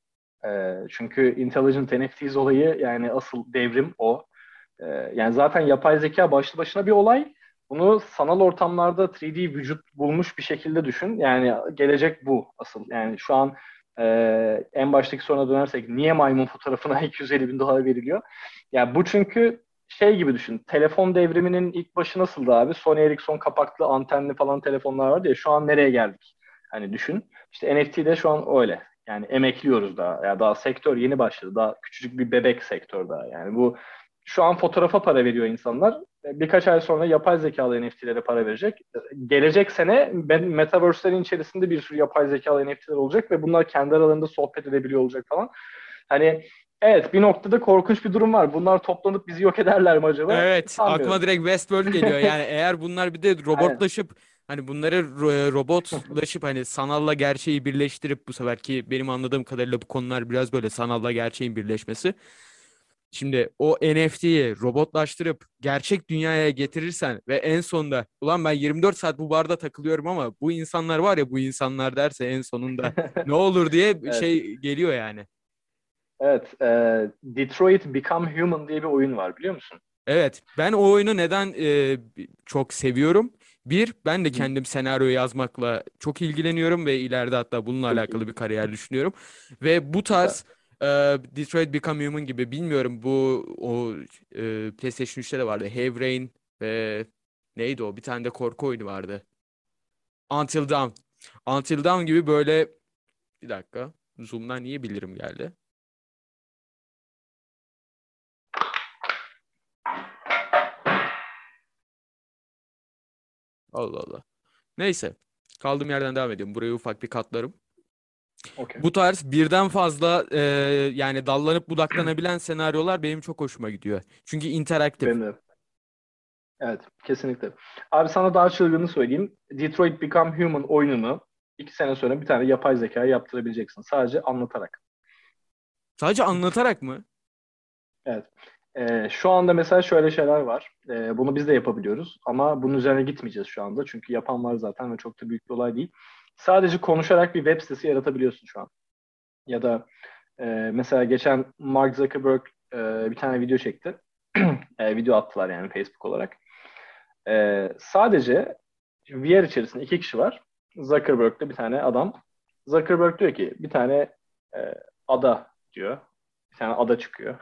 E, çünkü Intelligent N F T's olayı yani asıl devrim o. Ee, yani zaten yapay zeka başlı başına bir olay. Bunu sanal ortamlarda üç D vücut bulmuş bir şekilde düşün. Yani gelecek bu asıl. Yani şu an e, en baştaki soruna dönersek niye maymun fotoğrafına iki yüz elli bin dolar veriliyor? Yani bu çünkü şey gibi düşün. Telefon devriminin ilk başı nasıldı abi? Sony Ericsson kapaklı antenli falan telefonlar vardı ya. Şu an nereye geldik? Hani düşün. İşte N F T'de şu an öyle. Yani emekliyoruz daha. Ya daha sektör yeni başladı. Daha küçücük bir bebek sektör daha. Yani bu şu an fotoğrafa para veriyor insanlar. Birkaç ay sonra yapay zekalı N F T'lere para verecek. Gelecek sene Metaverse'lerin içerisinde bir sürü yapay zekalı N F T'ler olacak ve bunlar kendi aralarında sohbet edebiliyor olacak falan. Hani evet bir noktada korkunç bir durum var. Bunlar toplanıp bizi yok ederler mi acaba? Evet, aklıma Sanmıyorum. direkt Westworld geliyor. Yani eğer bunlar bir de Aynen. robotlaşıp hani bunları ro- robotlaşıp hani sanalla gerçeği birleştirip bu sefer ki benim anladığım kadarıyla bu konular biraz böyle sanalla gerçeğin birleşmesi. Şimdi o N F T'yi robotlaştırıp gerçek dünyaya getirirsen ve en sonunda ulan ben yirmi dört saat bu barda takılıyorum ama bu insanlar var ya bu insanlar derse en sonunda ne olur diye Evet. şey geliyor yani. Evet. E, Detroit Become Human diye bir oyun var biliyor musun? Evet, ben o oyunu neden e, çok seviyorum? Bir, ben de Hı hı. kendim senaryo yazmakla çok ilgileniyorum ve ileride hatta bununla Çok iyi. alakalı bir kariyer düşünüyorum. Ve bu Süper. tarz e, Detroit Become Human gibi bilmiyorum bu o e, PlayStation üçte de vardı. Heavy Rain ve neydi o? Bir tane de korku oyunu vardı. Until Dawn. Until Dawn gibi böyle bir dakika. Zoom'dan niye bildirim geldi? Allah Allah. Neyse. Kaldığım yerden devam ediyorum. Burayı ufak bir katlarım. Okey. Bu tarz birden fazla e, yani dallanıp budaklanabilen senaryolar benim çok hoşuma gidiyor. Çünkü interaktif. Benim de. Evet, kesinlikle. Abi sana daha çılgını söyleyeyim. Detroit Become Human oyununu iki sene sonra bir tane yapay zekaya yaptırabileceksin. Sadece anlatarak. Sadece anlatarak mı? Evet. Ee, şu anda mesela şöyle şeyler var. Ee, bunu biz de yapabiliyoruz. Ama bunun üzerine gitmeyeceğiz şu anda. Çünkü yapan var zaten ve çok da büyük bir olay değil. Sadece konuşarak bir web sitesi yaratabiliyorsun şu an. Ya da e, mesela geçen Mark Zuckerberg e, bir tane video çekti. E, video attılar yani Facebook olarak. E, sadece V R içerisinde iki kişi var. Zuckerberg'de bir tane adam. Zuckerberg diyor ki bir tane e, ada diyor. Bir tane ada çıkıyor.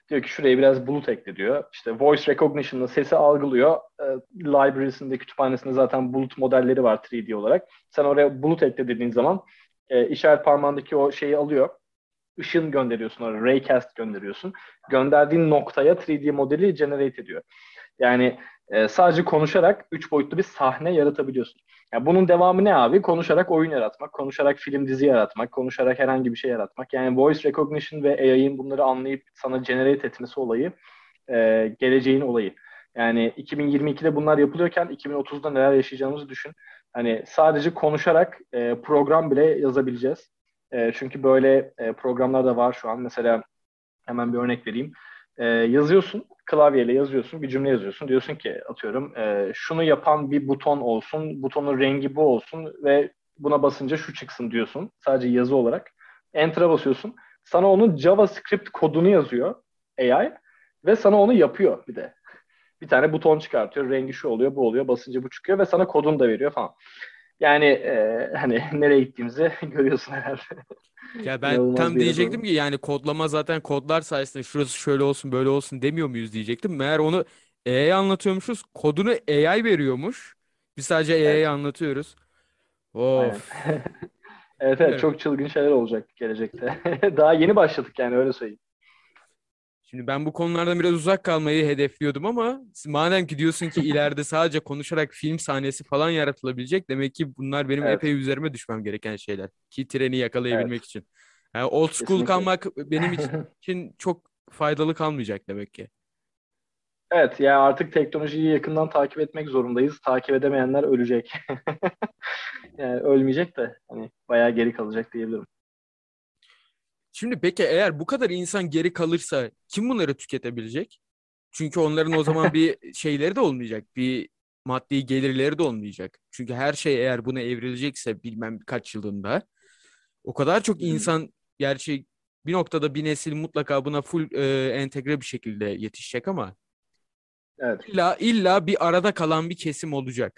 Diyor ki şuraya biraz bulut ekle diyor. İşte voice recognition'la sesi algılıyor. E, library'sinde, kütüphanesinde zaten bulut modelleri var üç D olarak. Sen oraya bulut ekle dediğin zaman e, işaret parmağındaki o şeyi alıyor. Işın gönderiyorsun oraya, raycast gönderiyorsun. Gönderdiğin noktaya üç D modeli generate ediyor. Yani e, sadece konuşarak üç boyutlu bir sahne yaratabiliyorsun. Yani bunun devamı ne abi? Konuşarak oyun yaratmak, konuşarak film dizi yaratmak, konuşarak herhangi bir şey yaratmak. Yani voice recognition ve A I'ın bunları anlayıp sana generate etmesi olayı e, geleceğin olayı. Yani iki bin yirmi ikide bunlar yapılıyorken iki bin otuzda neler yaşayacağımızı düşün. Hani sadece konuşarak e, program bile yazabileceğiz. E, çünkü böyle e, programlar da var şu an. Mesela hemen bir örnek vereyim. E, yazıyorsun, klavyeyle yazıyorsun, bir cümle yazıyorsun. Diyorsun ki atıyorum e, şunu yapan bir buton olsun, butonun rengi bu olsun ve buna basınca şu çıksın diyorsun. Sadece yazı olarak. Enter'a basıyorsun. Sana onun JavaScript kodunu yazıyor A I ve sana onu yapıyor bir de. Bir tane buton çıkartıyor. Rengi şu oluyor, bu oluyor. Basınca bu çıkıyor ve sana kodunu da veriyor falan. Yani e, hani nereye gittiğimizi görüyorsun herhalde. Ya ben İnanılmaz tam bir yere diyecektim doğru. ki yani kodlama zaten kodlar sayesinde şurası şöyle olsun böyle olsun demiyor muyuz diyecektim. Meğer onu A I'ye anlatıyormuşuz. Kodunu A I veriyormuş. Biz sadece A I'ye Evet, anlatıyoruz. aynen. Of. Evet, evet, Bilmiyorum. çok çılgın şeyler olacak gelecekte. Daha yeni başladık yani öyle söyleyeyim. Şimdi ben bu konulardan biraz uzak kalmayı hedefliyordum ama madem ki diyorsun ki ileride sadece konuşarak film sahnesi falan yaratılabilecek, demek ki bunlar benim Evet, epey üzerime düşmem gereken şeyler ki treni yakalayabilmek evet, için. Yani old school kesinlikle. kalmak benim için çok faydalı kalmayacak demek ki. Evet, yani artık teknolojiyi yakından takip etmek zorundayız. Takip edemeyenler ölecek. Yani ölmeyecek de hani bayağı geri kalacak diyebilirim. Şimdi peki eğer bu kadar insan geri kalırsa kim bunları tüketebilecek? Çünkü onların o zaman bir şeyleri de olmayacak. Bir maddi gelirleri de olmayacak. Çünkü her şey eğer buna evrilecekse bilmem kaç yılında o kadar çok Hı hı. insan, gerçi bir noktada bir nesil mutlaka buna full e, entegre bir şekilde yetişecek ama Evet, illa illa bir arada kalan bir kesim olacak.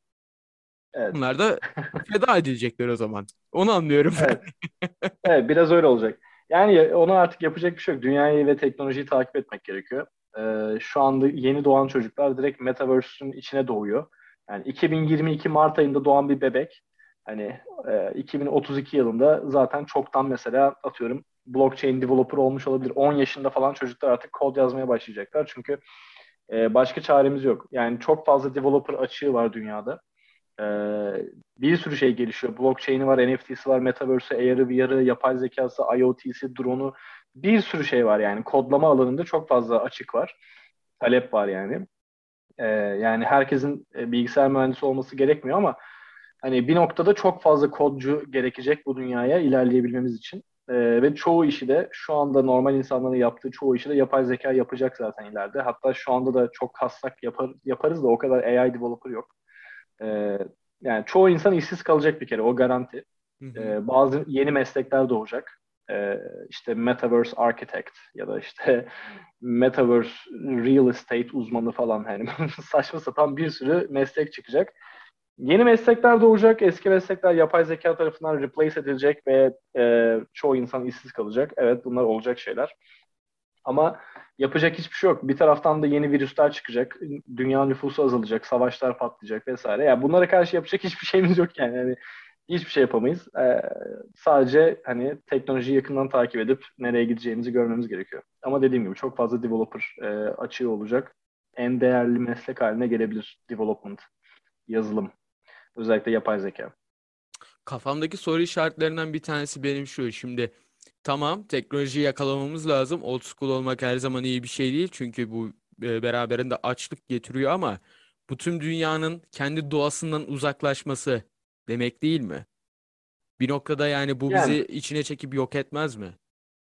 evet, Bunlar da feda edilecekler o zaman. Onu anlıyorum ben. evet. Evet, biraz öyle olacak. Yani ya- onu artık yapacak bir şey yok. Dünyayı ve teknolojiyi takip etmek gerekiyor. Ee, şu anda yeni doğan çocuklar direkt Metaverse'ün içine doğuyor. Yani iki bin yirmi iki Mart ayında doğan bir bebek, hani e, iki bin otuz iki yılında zaten çoktan mesela atıyorum blockchain developer olmuş olabilir. on yaşında falan çocuklar artık kod yazmaya başlayacaklar. Çünkü e, başka çaremiz yok. Yani çok fazla developer açığı var dünyada. Ee, bir sürü şey gelişiyor. Blockchain'i var, N F T'si var, Metaverse'ü, A R'ı, V R'ı, yapay zekası, IoT'si, drone'u, bir sürü şey var yani. Kodlama alanında çok fazla açık var. Talep var yani. Ee, yani herkesin e, bilgisayar mühendisi olması gerekmiyor ama hani bir noktada çok fazla kodcu gerekecek bu dünyaya ilerleyebilmemiz için. Ee, ve çoğu işi de şu anda normal insanların yaptığı çoğu işi de yapay zeka yapacak zaten ileride. Hatta şu anda da çok kassak yapar, yaparız da o kadar A I developer yok. Ee, yani çoğu insan işsiz kalacak bir kere, o garanti. Hı hı. Ee, bazı yeni meslekler doğacak. Ee, işte Metaverse Architect ya da işte Metaverse Real Estate uzmanı falan, hani saçma sapan bir sürü meslek çıkacak. Yeni meslekler doğacak, eski meslekler yapay zeka tarafından replace edilecek ve e, çoğu insan işsiz kalacak. Evet, bunlar olacak şeyler. Ama yapacak hiçbir şey yok. Bir taraftan da yeni virüsler çıkacak. Dünya nüfusu azalacak, savaşlar patlayacak vesaire. Yani bunlara karşı yapacak hiçbir şeyimiz yok yani. Yani hiçbir şey yapamayız. Ee, sadece hani teknolojiyi yakından takip edip nereye gideceğimizi görmemiz gerekiyor. Ama dediğim gibi çok fazla developer e, açığı olacak. En değerli meslek haline gelebilir development, yazılım, özellikle yapay zeka. Kafamdaki soru işaretlerinden bir tanesi benim şu. Şimdi tamam, teknolojiyi yakalamamız lazım. Old school olmak her zaman iyi bir şey değil. Çünkü bu e, beraberinde açlık getiriyor ama bu tüm dünyanın kendi doğasından uzaklaşması demek değil mi? Bir noktada yani bu Yani bizi içine çekip yok etmez mi?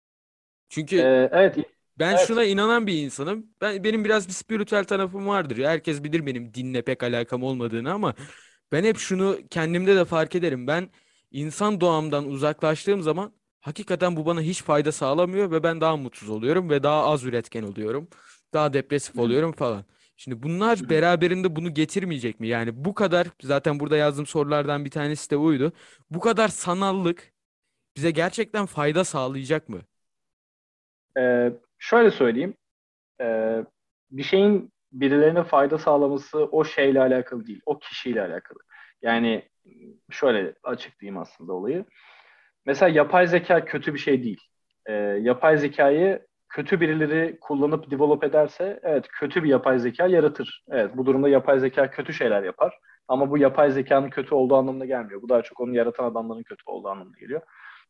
e, Çünkü evet, ben evet. şuna inanan bir insanım. Ben benim biraz bir spiritüel tarafım vardır. Herkes bilir benim dinle pek alakam olmadığını ama ben hep şunu kendimde de fark ederim. Ben insan doğamdan uzaklaştığım zaman hakikaten bu bana hiç fayda sağlamıyor ve ben daha mutsuz oluyorum ve daha az üretken oluyorum. Daha depresif Hı hı, oluyorum falan. Şimdi hı bunlar hı. beraberinde bunu getirmeyecek mi? Yani bu kadar, zaten burada yazdığım sorulardan bir tanesi de buydu. Bu kadar sanallık bize gerçekten fayda sağlayacak mı? şöyle söyleyeyim. Ee, bir şeyin birilerine fayda sağlaması o şeyle alakalı değil. O kişiyle alakalı. Yani şöyle açıklayayım aslında olayı. Mesela yapay zeka kötü bir şey değil. Ee, yapay zekayı kötü birileri kullanıp develop ederse evet kötü bir yapay zeka yaratır. Evet bu durumda yapay zeka kötü şeyler yapar. Ama bu yapay zekanın kötü olduğu anlamına gelmiyor. Bu daha çok onu yaratan adamların kötü olduğu anlamına geliyor.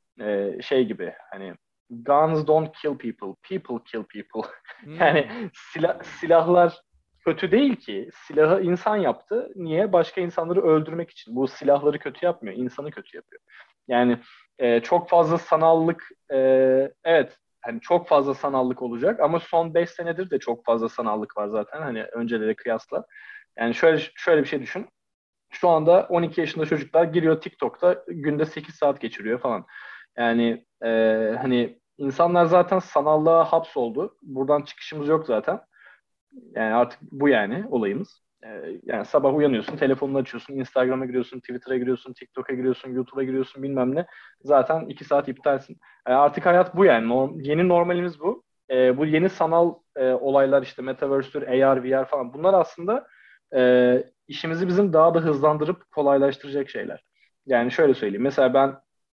Ee, şey gibi hani guns don't kill people, people kill people. Hmm. Yani silah, silahlar kötü değil ki. Silahı insan yaptı. Niye? Başka insanları öldürmek için. Bu silahları kötü yapmıyor, insanı kötü yapıyor. Yani e, çok fazla sanallık, e, evet hani çok fazla sanallık olacak ama son beş senedir de çok fazla sanallık var zaten hani öncelere kıyasla. Yani şöyle şöyle bir şey düşün. Şu anda on iki yaşında çocuklar giriyor TikTok'ta günde sekiz saat geçiriyor falan. Yani e, hani insanlar zaten sanallığa hapsoldu. Buradan çıkışımız yok zaten. Yani artık bu yani olayımız. E, yani sabah uyanıyorsun, telefonunu açıyorsun, Instagram'a giriyorsun, Twitter'a giriyorsun, TikTok'a giriyorsun, YouTube'a giriyorsun bilmem ne. Zaten iki saat iptalsin. E, artık hayat bu yani. Norm, yeni normalimiz bu. E, bu yeni sanal e, olaylar işte Metaverse'tür, A R, V R falan bunlar aslında e, işimizi bizim daha da hızlandırıp kolaylaştıracak şeyler. Yani şöyle söyleyeyim. Mesela ben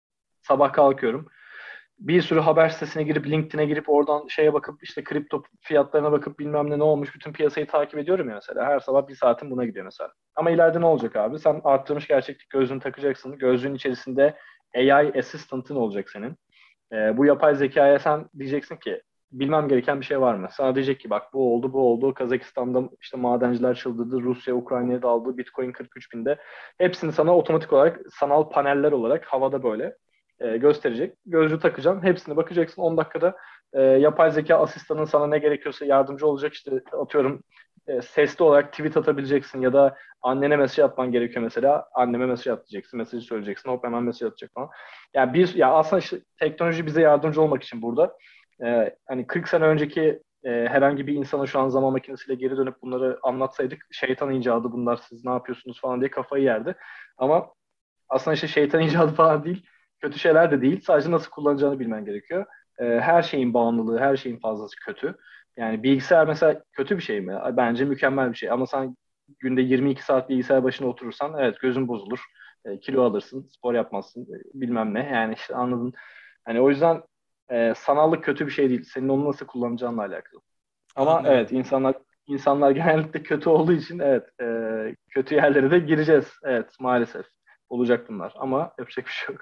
sabah kalkıyorum. Bir sürü haber sitesine girip LinkedIn'e girip oradan şeye bakıp işte kripto fiyatlarına bakıp bilmem ne ne olmuş bütün piyasayı takip ediyorum ya mesela. Her sabah bir saatim buna gidiyor mesela. Ama ileride ne olacak abi? Sen arttırmış gerçeklik gözlüğünü takacaksın. Gözlüğün içerisinde A I assistant'ın olacak senin. Ee, bu yapay zekaya sen diyeceksin ki bilmem gereken bir şey var mı? Sana diyecek ki bak bu oldu bu oldu. Kazakistan'da işte madenciler çıldırdı. Rusya Ukrayna'ya daldı. Bitcoin kırk üç binde. Hepsini sana otomatik olarak sanal paneller olarak havada böyle e, gösterecek. Gözlüğü takacaksın. Hepsine bakacaksın. on dakikada e, yapay zeka asistanın sana ne gerekiyorsa yardımcı olacak. İşte atıyorum e, sesli olarak tweet atabileceksin ya da annene mesaj atman gerekiyor mesela. Anneme mesaj atacaksın. Mesajı söyleyeceksin. Hop hemen mesaj atacak falan. Yani bir ya aslında işte teknoloji bize yardımcı olmak için burada. Ee, hani kırk sene önceki e, herhangi bir insana şu an zaman makinesiyle geri dönüp bunları anlatsaydık şeytan icadı bunlar siz ne yapıyorsunuz falan diye kafayı yerdi. Ama aslında işte şeytan icadı falan değil. Kötü şeyler de değil. Sadece nasıl kullanacağını bilmen gerekiyor. Ee, her şeyin bağımlılığı, her şeyin fazlası kötü. Yani bilgisayar mesela kötü bir şey mi? Bence mükemmel bir şey. Ama sen günde yirmi iki saat bilgisayar başına oturursan evet gözün bozulur. E, kilo alırsın, spor yapmazsın, e, bilmem ne. Yani işte anladın. Hani o yüzden e, sanallık kötü bir şey değil. Senin onu nasıl kullanacağınla alakalı. Ama Anladım. evet insanlar insanlar genellikle kötü olduğu için evet e, kötü yerlere de gireceğiz. Evet maalesef olacak bunlar ama yapacak bir şey yok.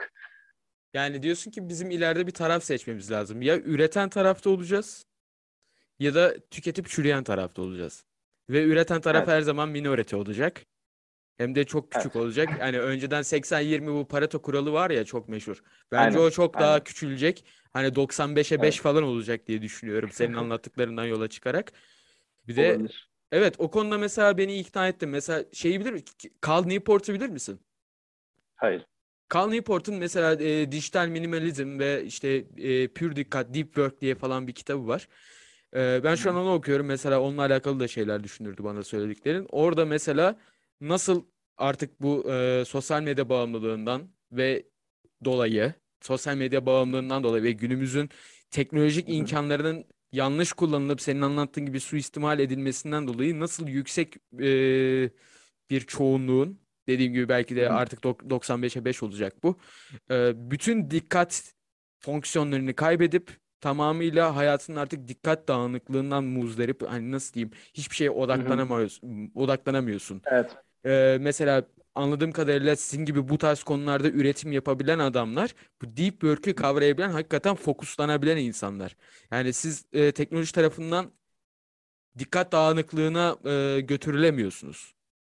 Yani diyorsun ki bizim ileride bir taraf seçmemiz lazım. Ya üreten tarafta olacağız ya da tüketip çürüyen tarafta olacağız. Ve üreten taraf Evet, her zaman minority olacak. Hem de çok küçük evet. olacak. Yani önceden seksen yirmi bu Pareto kuralı var ya çok meşhur. Bence o Aynen, çok daha aynen. küçülecek. Hani doksan beşe beş Evet, falan olacak diye düşünüyorum senin anlattıklarından yola çıkarak. Bir de olabilir. evet o konuda mesela beni ikna ettin. Mesela şeyi bilir misin? Cal Newport'u bilir misin? Hayır. Cal Newport'un mesela e, dijital minimalizm ve işte e, pür dikkat, deep work diye falan bir kitabı var. E, ben Hı şu an hı, onu okuyorum. Mesela onunla alakalı da şeyler düşündürdü bana söylediklerin. Orada mesela nasıl artık bu e, sosyal medya bağımlılığından ve dolayı, sosyal medya bağımlılığından dolayı ve günümüzün teknolojik hı hı, imkanlarının yanlış kullanılıp senin anlattığın gibi suistimal edilmesinden dolayı nasıl yüksek e, bir çoğunluğun dediğim gibi belki hı de hı, artık dok- doksan beşe beş olacak bu. E, bütün dikkat fonksiyonlarını kaybedip tamamıyla hayatının artık dikkat dağınıklığından muzdarip hani nasıl diyeyim hiçbir şeye hı hı. odaklanamıyorsun, odaklanamıyorsun. Evet. Ee, mesela anladığım kadarıyla sizin gibi bu tarz konularda üretim yapabilen adamlar bu deep work'ü kavrayabilen hakikaten fokuslanabilen insanlar. Yani siz e, teknoloji tarafından dikkat dağınıklığına e, götürülemiyorsunuz.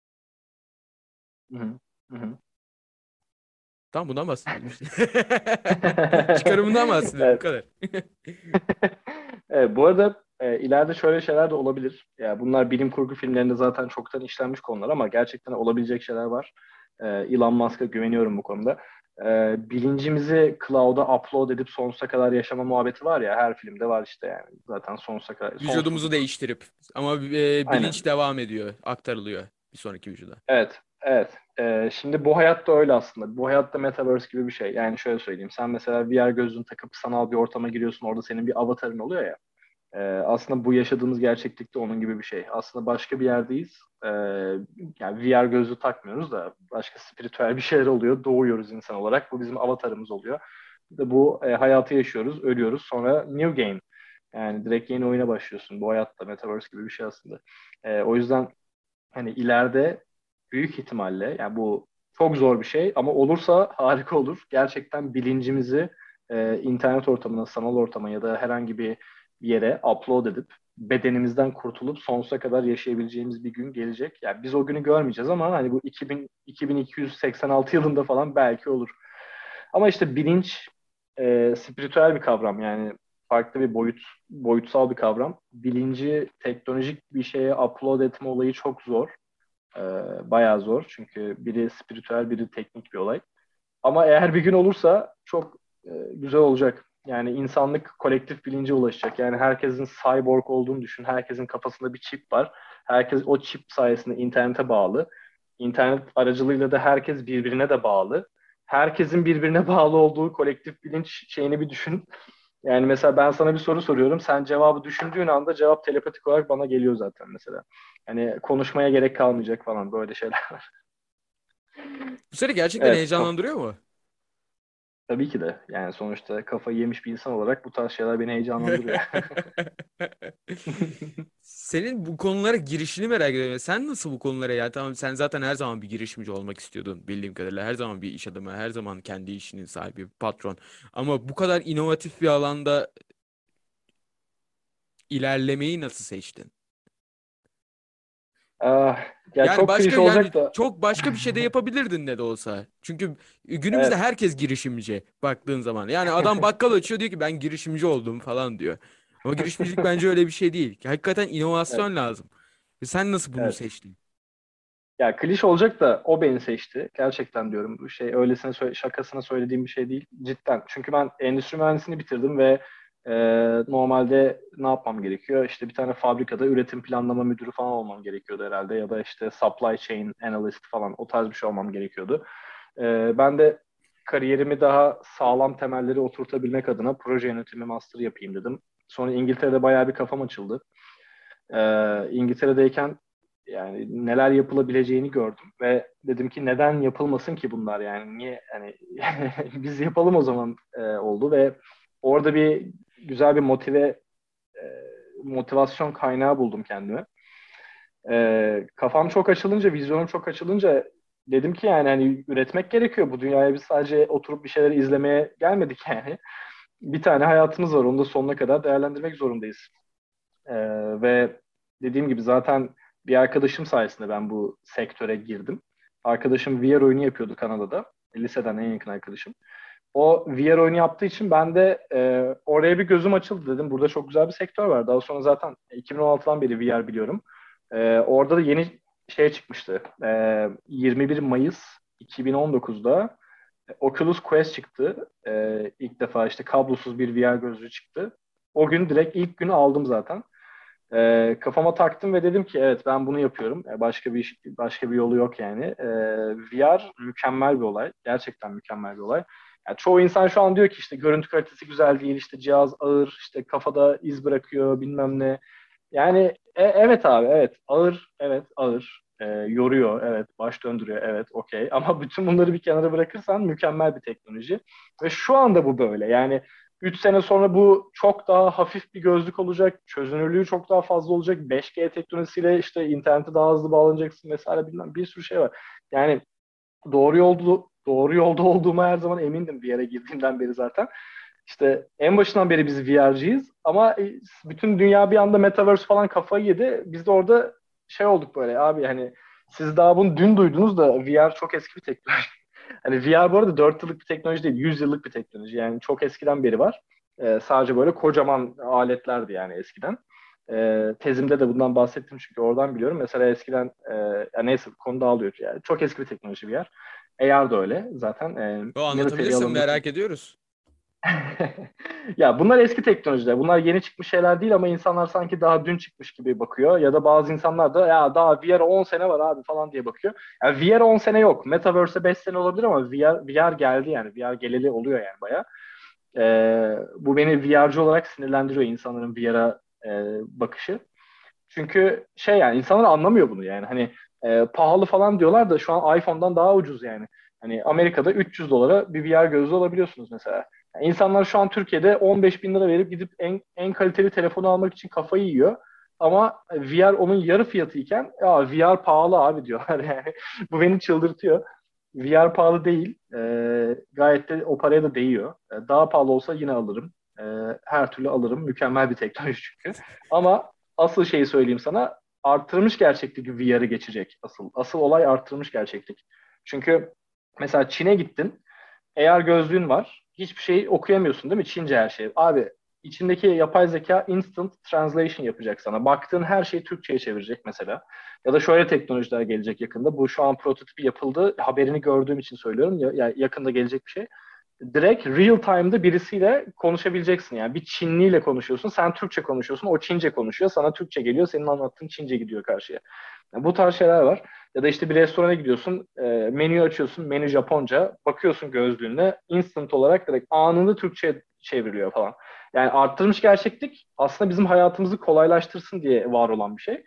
Hı hı, hı hı. Tam bundan bahsediyorum işte. Çıkarımından bahsediyorum bu Evet. kadar. Evet, bu arada e, ileride şöyle şeyler de olabilir. Ya bunlar bilim kurgu filmlerinde zaten çoktan işlenmiş konular ama gerçekten olabilecek şeyler var. E, Elon Musk'a güveniyorum bu konuda. E, bilincimizi cloud'a upload edip sonsuza kadar yaşama muhabbeti var ya her filmde var işte yani zaten sonsuza kadar Vücudumuzu sonsuzluk. değiştirip ama e, bilinç Aynen. devam ediyor, aktarılıyor bir sonraki vücuda. Evet, evet. E, şimdi bu hayatta öyle aslında. Bu hayatta metaverse gibi bir şey. Yani şöyle söyleyeyim. Sen mesela V R gözlüğünü takıp sanal bir ortama giriyorsun. Orada senin bir avatarın oluyor ya. Ee, aslında bu yaşadığımız gerçeklikte onun gibi bir şey. Aslında başka bir yerdeyiz. Ee, yani V R gözlüğü takmıyoruz da başka spiritüel bir şeyler oluyor. Doğuyoruz insan olarak. Bu bizim avatarımız oluyor. De bu e, hayatı yaşıyoruz, ölüyoruz. Sonra new game. Yani direkt yeni oyuna başlıyorsun. Bu hayatta Metaverse gibi bir şey aslında. Ee, o yüzden hani ileride büyük ihtimalle yani bu çok zor bir şey ama olursa harika olur. Gerçekten bilincimizi e, internet ortamına, sanal ortama ya da herhangi bir yere upload edip bedenimizden kurtulup sonsuza kadar yaşayabileceğimiz bir gün gelecek. Yani biz o günü görmeyeceğiz ama hani bu iki bin, iki bin iki yüz seksen altı yılında falan belki olur. Ama işte bilinç e, spiritüel bir kavram yani farklı bir boyut, boyutsal bir kavram. Bilinci teknolojik bir şeye upload etme olayı çok zor. Ee, bayağı zor çünkü biri spiritüel biri teknik bir olay. Ama eğer bir gün olursa çok e, güzel olacak. Yani insanlık kolektif bilince ulaşacak. Yani herkesin cyborg olduğunu düşün. Herkesin kafasında bir çip var. Herkes o çip sayesinde internete bağlı. İnternet aracılığıyla da herkes birbirine de bağlı. Herkesin birbirine bağlı olduğu kolektif bilinç şeyini bir düşün. Yani mesela ben sana bir soru soruyorum. Sen cevabı düşündüğün anda cevap telepatik olarak bana geliyor zaten mesela. Hani konuşmaya gerek kalmayacak falan böyle şeyler var. Bu seni gerçekten Evet, kaf- heyecanlandırıyor mu? tabii ki de. Yani sonuçta kafayı yemiş bir insan olarak bu tarz şeyler beni heyecanlandırıyor. Senin bu konulara girişini merak ediyorum. Sen nasıl bu konulara ya? Tamam sen zaten her zaman bir girişimci olmak istiyordun bildiğim kadarıyla. Her zaman bir iş adamı, her zaman kendi işinin sahibi, bir patron. Ama bu kadar inovatif bir alanda ilerlemeyi nasıl seçtin? Ah, ya Yani çok başka klişe yani olacak da çok başka bir şey de yapabilirdin ne de olsa. Çünkü günümüzde evet. herkes girişimci baktığın zaman. Yani adam bakkal açıyor diyor ki ben girişimci oldum falan diyor. Ama girişimcilik bence öyle bir şey değil. Hakikaten Evet, inovasyon lazım. Ve sen nasıl bunu evet. seçtin? Ya klişe olacak da o beni seçti. Gerçekten diyorum. Bu şey öylesine söyle- şakasına söylediğim bir şey değil. Cidden. Çünkü ben endüstri mühendisliğini bitirdim ve e, normalde ne yapmam gerekiyor? İşte bir tane fabrikada üretim planlama müdürü falan olmam gerekiyordu herhalde. Ya da işte supply chain analyst falan o tarz bir şey olmam gerekiyordu. E, ben de kariyerimi daha sağlam temelleri oturtabilmek adına proje yönetimi master yapayım dedim. Sonra İngiltere'de bayağı bir kafam açıldı. Ee, İngiltere'deyken yani neler yapılabileceğini gördüm ve dedim ki neden yapılmasın ki bunlar yani niye hani biz yapalım o zaman e, oldu ve orada bir güzel bir motive e, motivasyon kaynağı buldum kendime. E, kafam çok açılınca, vizyonum çok açılınca dedim ki yani hani üretmek gerekiyor. Bu dünyaya biz sadece oturup bir şeyleri izlemeye gelmedik yani. Bir tane hayatımız var, onu da sonuna kadar değerlendirmek zorundayız. Ee, ve dediğim gibi zaten bir arkadaşım sayesinde ben bu sektöre girdim. Arkadaşım V R oyunu yapıyordu Kanada'da. Liseden en yakın arkadaşım. O V R oyunu yaptığı için ben de e, oraya bir gözüm açıldı dedim. Burada çok güzel bir sektör var. Daha sonra zaten iki bin on altıdan beri V R biliyorum. E, orada da yeni şey çıkmıştı. E, yirmi bir Mayıs iki bin on dokuzda Oculus Quest çıktı. E, ilk defa işte kablosuz bir V R gözlüğü çıktı. O gün direkt ilk günü aldım zaten. Ee, kafama taktım ve dedim ki evet ben bunu yapıyorum. Ee, başka bir başka bir yolu yok yani. Ee, V R mükemmel bir olay. Gerçekten mükemmel bir olay. Yani çoğu insan şu an diyor ki işte görüntü kalitesi güzel değil, işte cihaz ağır, işte kafada iz bırakıyor bilmem ne. Yani e- evet abi evet ağır, evet ağır. Ee, yoruyor, evet baş döndürüyor, evet okey. Ama bütün bunları bir kenara bırakırsan mükemmel bir teknoloji. Ve şu anda bu böyle. Yani üç sene sonra bu çok daha hafif bir gözlük olacak. Çözünürlüğü çok daha fazla olacak. beş G teknolojisiyle işte internete daha hızlı bağlanacaksın vesaire bilmem bir sürü şey var. Yani doğru yolda doğru yolda olduğuma her zaman emindim bir yere girdiğimden beri zaten. İşte en başından beri biz V R'ciyiz ama e, bütün dünya bir anda Metaverse falan kafayı yedi. Biz de orada şey olduk böyle abi hani siz daha bunu dün duydunuz da V R çok eski bir teknoloji. Hani V R bu arada dört yıllık bir teknoloji değil, yüz yıllık bir teknoloji. Yani çok eskiden beri var. Ee, sadece böyle kocaman aletlerdi yani eskiden. Ee, tezimde de bundan bahsettim çünkü oradan biliyorum. Mesela eskiden e, ya neyse konu dağılıyor. Yani çok eski bir teknoloji V R. A R da öyle zaten. E, O military anlatabilirsin alanında merak ediyoruz. ya bunlar eski teknolojiler. Bunlar yeni çıkmış şeyler değil ama insanlar sanki daha dün çıkmış gibi bakıyor. Ya da bazı insanlar da ya daha V R on sene var abi falan diye bakıyor. Yani V R on sene yok. Metaverse'e beş sene olabilir ama V R, V R geldi yani. V R geleli oluyor yani bayağı. Ee, bu beni V R'cı olarak sinirlendiriyor insanların V R'a e, bakışı. Çünkü şey yani insanlar anlamıyor bunu yani. Hani e, pahalı falan diyorlar da şu an iPhone'dan daha ucuz yani. Hani Amerika'da üç yüz dolara bir V R gözlüğü alabiliyorsunuz mesela. Yani insanlar şu an Türkiye'de on beş bin lira verip gidip en, en kaliteli telefonu almak için kafayı yiyor. Ama V R onun yarı fiyatıyken ya V R pahalı abi diyorlar yani. Bu beni çıldırtıyor. V R pahalı değil. E, gayet de o paraya da değiyor. E, daha pahalı olsa yine alırım. E, her türlü alırım. Mükemmel bir teknoloji çünkü. Ama asıl şeyi söyleyeyim sana. Artırılmış gerçeklik V R'ı geçecek asıl. Asıl olay artırılmış gerçeklik. Çünkü mesela Çin'e gittin. A R gözlüğün var. Hiçbir şey okuyamıyorsun değil mi? Çince her şey. Abi içindeki yapay zeka instant translation yapacak sana. Baktığın her şeyi Türkçe'ye çevirecek mesela. Ya da şöyle teknolojiler gelecek yakında. Bu şu an prototipi yapıldı. Haberini gördüğüm için söylüyorum. Ya, ya yakında gelecek bir şey. Direkt real time'da birisiyle konuşabileceksin. Yani bir Çinliyle konuşuyorsun. Sen Türkçe konuşuyorsun. O Çince konuşuyor. Sana Türkçe geliyor. Senin anlattığın Çince gidiyor karşıya. Yani bu tarz şeyler var. Ya da işte bir restorana gidiyorsun, e, menüyü açıyorsun, menü Japonca, bakıyorsun gözlüğüne, instant olarak direkt anında Türkçe çevriliyor falan. Yani arttırmış gerçeklik aslında bizim hayatımızı kolaylaştırsın diye var olan bir şey.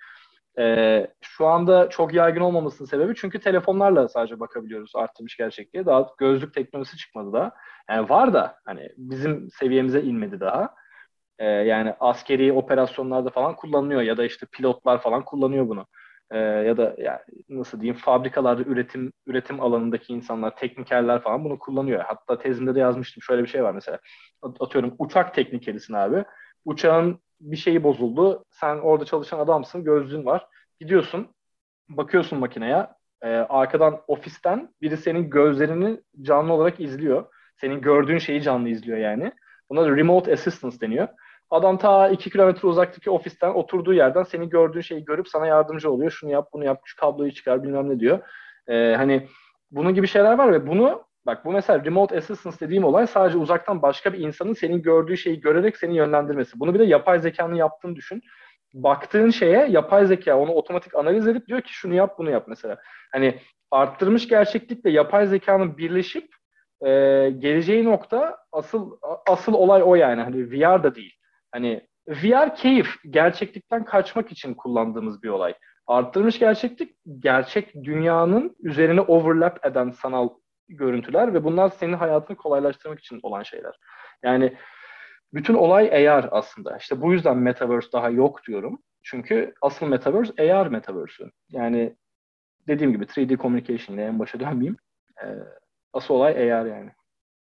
E, şu anda çok yaygın olmamasının sebebi çünkü telefonlarla sadece bakabiliyoruz arttırmış gerçekliğe. Daha gözlük teknolojisi çıkmadı daha. Yani var da hani bizim seviyemize inmedi daha. E, yani askeri operasyonlarda falan kullanılıyor ya da işte pilotlar falan kullanıyor bunu. E, ya da yani nasıl diyeyim fabrikalarda üretim üretim alanındaki insanlar, teknikerler falan bunu kullanıyor. Hatta tezimde de yazmıştım. Şöyle bir şey var mesela. Atıyorum uçak teknikerisin abi. Uçağın bir şeyi bozuldu. Sen orada çalışan adamsın, gözlüğün var. Gidiyorsun, bakıyorsun makineye. E, arkadan ofisten biri senin gözlerini canlı olarak izliyor. Senin gördüğün şeyi canlı izliyor yani. Buna da remote assistance deniyor. Adam ta iki kilometre uzaktaki ofisten oturduğu yerden senin gördüğün şeyi görüp sana yardımcı oluyor. Şunu yap, bunu yap, şu kabloyu çıkar bilmem ne diyor. Ee, hani bunun gibi şeyler var ve bunu bak bu mesela remote assistance dediğim olay sadece uzaktan başka bir insanın senin gördüğü şeyi görerek seni yönlendirmesi. Bunu bir de yapay zekanın yaptığını düşün. Baktığın şeye yapay zeka onu otomatik analiz edip diyor ki şunu yap bunu yap mesela. Hani arttırmış gerçeklikle yapay zekanın birleşip e, geleceği nokta asıl asıl olay o yani. Hani V R da değil. Hani V R keyif, gerçeklikten kaçmak için kullandığımız bir olay. Arttırmış gerçeklik, gerçek dünyanın üzerine overlap eden sanal görüntüler ve bunlar senin hayatını kolaylaştırmak için olan şeyler. Yani bütün olay A R aslında. İşte bu yüzden Metaverse daha yok diyorum. Çünkü asıl Metaverse A R Metaverse'ü. Yani dediğim gibi üç D Communication ile en başa dönmeyeyim. Ee, asıl olay A R yani.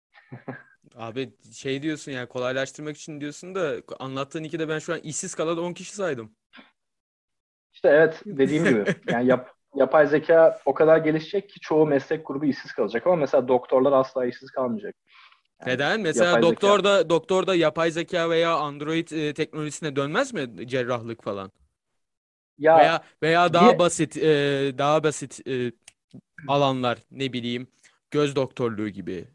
Abi şey diyorsun yani kolaylaştırmak için diyorsun da anlattığın iki de ben şu an işsiz kalan on kişi saydım. İşte evet dediğim gibi yani yap, yapay zeka o kadar gelişecek ki çoğu meslek grubu işsiz kalacak ama mesela doktorlar asla işsiz kalmayacak. Yani Neden? Mesela yapay doktor zeka. da doktor da yapay zeka veya Android e, teknolojisine dönmez mi cerrahlık falan? Ya Veya veya daha bir basit e, daha basit e, alanlar ne bileyim göz doktorluğu gibi.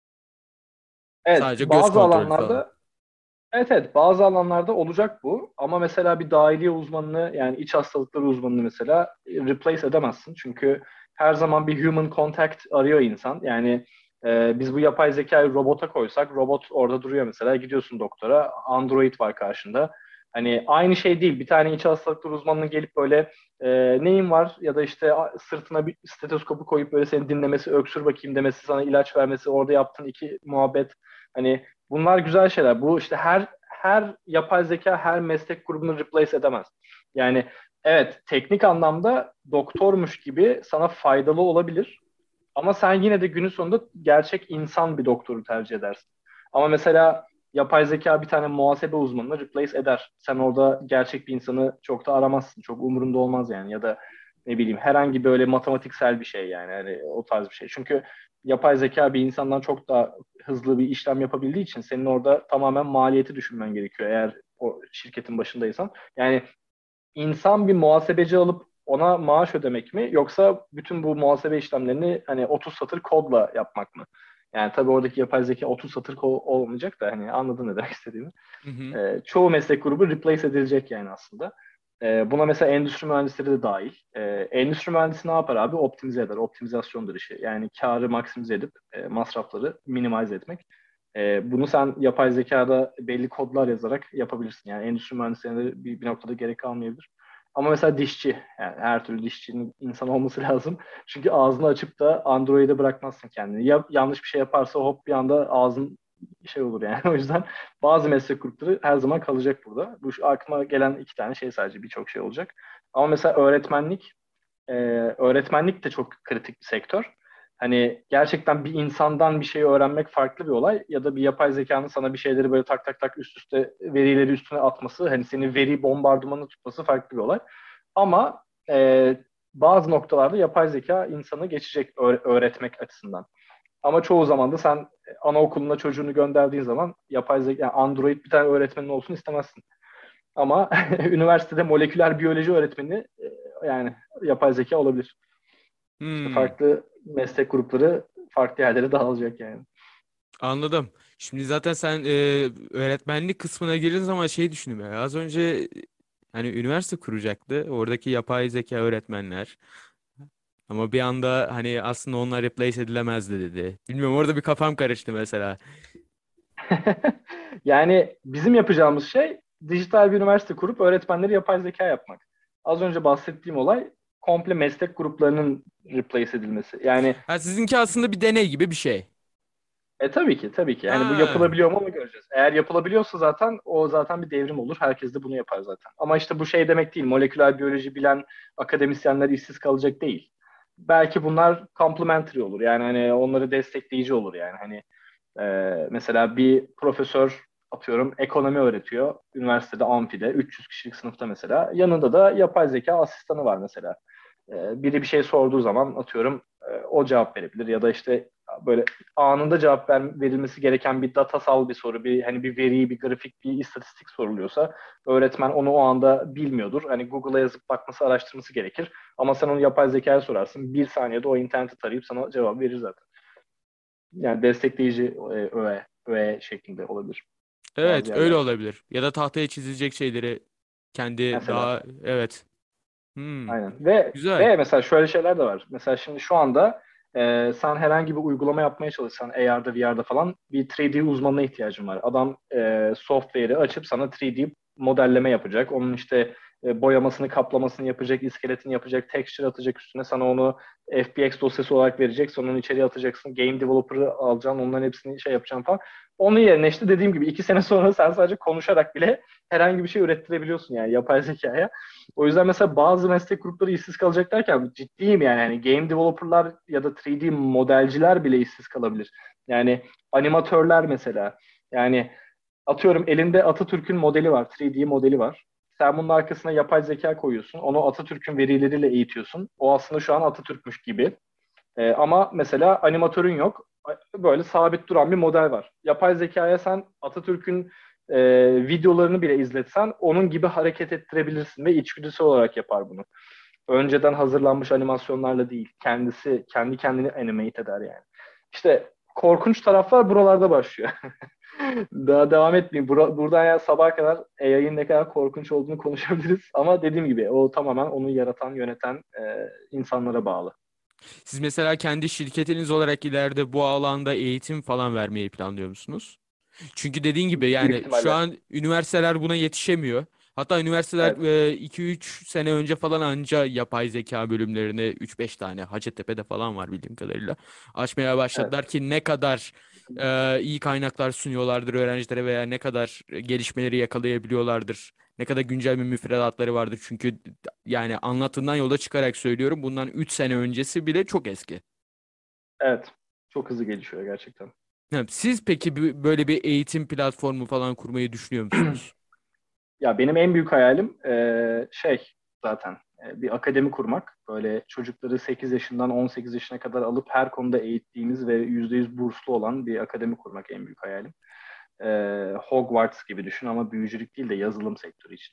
evet Sadece göz bazı kontrolü falan. alanlarda evet evet bazı alanlarda olacak bu ama mesela bir dahiliye uzmanını yani iç hastalıkları uzmanını mesela replace edemezsin. Çünkü her zaman bir human contact arıyor insan. Yani e, biz bu yapay zekayı robota koysak robot orada duruyor mesela gidiyorsun doktora Android var karşında. Hani aynı şey değil. Bir tane iç hastalıkları uzmanının gelip böyle e, neyin var ya da işte sırtına bir stetoskopu koyup böyle seni dinlemesi, öksür bakayım demesi, sana ilaç vermesi, orada yaptığın iki muhabbet hani bunlar güzel şeyler. Bu işte her her yapay zeka her meslek grubunu replace edemez. Yani evet teknik anlamda doktormuş gibi sana faydalı olabilir. Ama sen yine de günün sonunda gerçek insan bir doktoru tercih edersin. Ama mesela yapay zeka bir tane muhasebe uzmanını replace eder. Sen orada gerçek bir insanı çok da aramazsın. Çok umurunda olmaz yani. Ya da ne bileyim herhangi böyle matematiksel bir şey yani. Yani o tarz bir şey. Çünkü yapay zeka bir insandan çok daha hızlı bir işlem yapabildiği için senin orada tamamen maliyeti düşünmen gerekiyor eğer o şirketin başındaysan. Yani insan bir muhasebeci alıp ona maaş ödemek mi yoksa bütün bu muhasebe işlemlerini hani otuz satır kodla yapmak mı? Yani tabii oradaki yapay zeka otuz satır kod olmayacak da hani anladın ne demek istediğimi. Hı hı. Ee, çoğu meslek grubu replace edilecek yani aslında. Ee, buna mesela endüstri mühendisleri de dahil. Ee, endüstri mühendisi ne yapar abi? Optimize eder. Optimizasyondur işi. Yani karı maksimize edip e, masrafları minimize etmek. E, bunu sen yapay zekada belli kodlar yazarak yapabilirsin. Yani endüstri mühendislerine bir, bir noktada gerek kalmayabilir. Ama mesela dişçi, yani her türlü dişçinin insan olması lazım. Çünkü ağzını açıp da Android'e bırakmazsın kendini. Ya yanlış bir şey yaparsa hop bir anda ağzın şey olur yani. O yüzden bazı meslek grupları her zaman kalacak burada. Bu şu aklıma gelen iki tane şey, sadece birçok şey olacak. Ama mesela öğretmenlik, e, öğretmenlik de çok kritik bir sektör. Hani gerçekten bir insandan bir şeyi öğrenmek farklı bir olay, ya da bir yapay zekanın sana bir şeyleri böyle tak tak tak üst üste verileri üstüne atması, hani seni veri bombardımanı tutması farklı bir olay. Ama e, bazı noktalarda yapay zeka insanı geçecek öğretmek açısından. Ama çoğu zaman da sen anaokuluna çocuğunu gönderdiğin zaman yapay zeka, yani Android bir tane öğretmenin olsun istemezsin. Ama üniversitede moleküler biyoloji öğretmeni e, yani yapay zeka olabilir. İşte Hmm, farklı meslek grupları farklı yerlere dağılacak yani. anladım. Şimdi zaten sen e, öğretmenlik kısmına girdin zaman şey düşündüm ya. Az önce hani üniversite kuracaktı. Oradaki yapay zeka öğretmenler. Ama bir anda hani aslında onlar replace edilemezdi dedi. Bilmiyorum, orada bir kafam karıştı mesela. Yani bizim yapacağımız şey dijital bir üniversite kurup öğretmenleri yapay zeka yapmak. Az önce bahsettiğim olay komple meslek gruplarının replace edilmesi. Yani Ha, sizinki aslında bir deney gibi bir şey. e tabii ki tabii ki. Yani bu Ha. yapılabiliyor mu onu göreceğiz. Eğer yapılabiliyorsa zaten o zaten bir devrim olur. Herkes de bunu yapar zaten. Ama işte bu şey demek değil. Moleküler biyoloji bilen akademisyenler işsiz kalacak değil. Belki bunlar complementary olur. Yani hani onları destekleyici olur yani. Hani Ee, mesela bir profesör atıyorum ekonomi öğretiyor üniversitede amfide üç yüz kişilik sınıfta mesela. Yanında da yapay zeka asistanı var mesela. Ee, biri bir şey sorduğu zaman atıyorum e, o cevap verebilir, ya da işte böyle anında cevap ver, verilmesi gereken bir datasal bir soru, bir hani bir veri, bir grafik, bir istatistik soruluyorsa öğretmen onu o anda bilmiyordur. Hani Google'a yazıp bakması, araştırması gerekir. Ama sen onu yapay zekaya sorarsın. Bir saniyede o interneti tarayıp sana cevap verir zaten. Yani destekleyici e, öğe, öğe şeklinde olabilir bazı Evet, öyle yerlerde. olabilir. Ya da tahtaya çizilecek şeyleri kendi Mesela daha, evet. Hmm, aynen. Ve güzel. ve mesela şöyle şeyler de var. Mesela şimdi şu anda e, sen herhangi bir uygulama yapmaya çalışsan A R'da, V R'da falan bir üç D uzmanına ihtiyacın var. Adam e, software'i açıp sana üç D modelleme yapacak. Onun işte e, boyamasını, kaplamasını yapacak, iskeletini yapacak, texture atacak üstüne. Sana onu F B X dosyası olarak verecek. Sonra onu içeriye atacaksın. Game developer'ı alacaksın. Onların hepsini şey yapacaksın falan. Onun yerine işte dediğim gibi iki sene sonra sen sadece konuşarak bile herhangi bir şey ürettirebiliyorsun yani yapay zekaya. O yüzden mesela bazı meslek grupları işsiz kalacak derken ciddiyim yani. Yani game developerlar ya da üç D modelciler bile işsiz kalabilir. Yani animatörler mesela. Yani atıyorum elinde Atatürk'ün modeli var, üç D modeli var. Sen bunun arkasına yapay zeka koyuyorsun. Onu Atatürk'ün verileriyle eğitiyorsun. O aslında şu an Atatürk'müş gibi. Ee, ama mesela animatörün yok. Böyle sabit duran bir model var. Yapay zekaya sen Atatürk'ün e, videolarını bile izletsen onun gibi hareket ettirebilirsin ve içgüdüsel olarak yapar bunu. Önceden hazırlanmış animasyonlarla değil. Kendisi kendi kendini animate eder yani. İşte korkunç taraflar buralarda başlıyor. Daha devam etmeyeyim. Bura, buradan yani sabaha kadar A I'nin ne kadar korkunç olduğunu konuşabiliriz. Ama dediğim gibi o tamamen onu yaratan, yöneten e, insanlara bağlı. Siz mesela kendi şirketiniz olarak ileride bu alanda eğitim falan vermeyi planlıyor musunuz? Çünkü dediğin gibi Büyük yani şu ihtimalle. an üniversiteler buna yetişemiyor. Hatta üniversiteler Evet. iki üç sene önce falan anca yapay zeka bölümlerini üç beş tane Hacettepe'de falan var bildiğim kadarıyla açmaya Evet. başladılar ki ne kadar e, iyi kaynaklar sunuyorlardır öğrencilere veya ne kadar gelişmeleri yakalayabiliyorlardır. Ne kadar güncel bir müfredatları vardır. Çünkü yani anlattığından yola çıkarak söylüyorum, bundan üç sene öncesi bile çok eski. Evet. Çok hızlı gelişiyor gerçekten. Ha, siz peki bu- böyle bir eğitim platformu falan kurmayı düşünüyor musunuz? Ya benim en büyük hayalim e, şey zaten e, bir akademi kurmak. Böyle çocukları sekiz yaşından on sekiz yaşına kadar alıp her konuda eğittiğimiz ve yüzde yüz burslu olan bir akademi kurmak en büyük hayalim. E, Hogwarts gibi düşün ama büyücülük değil de yazılım sektörü için.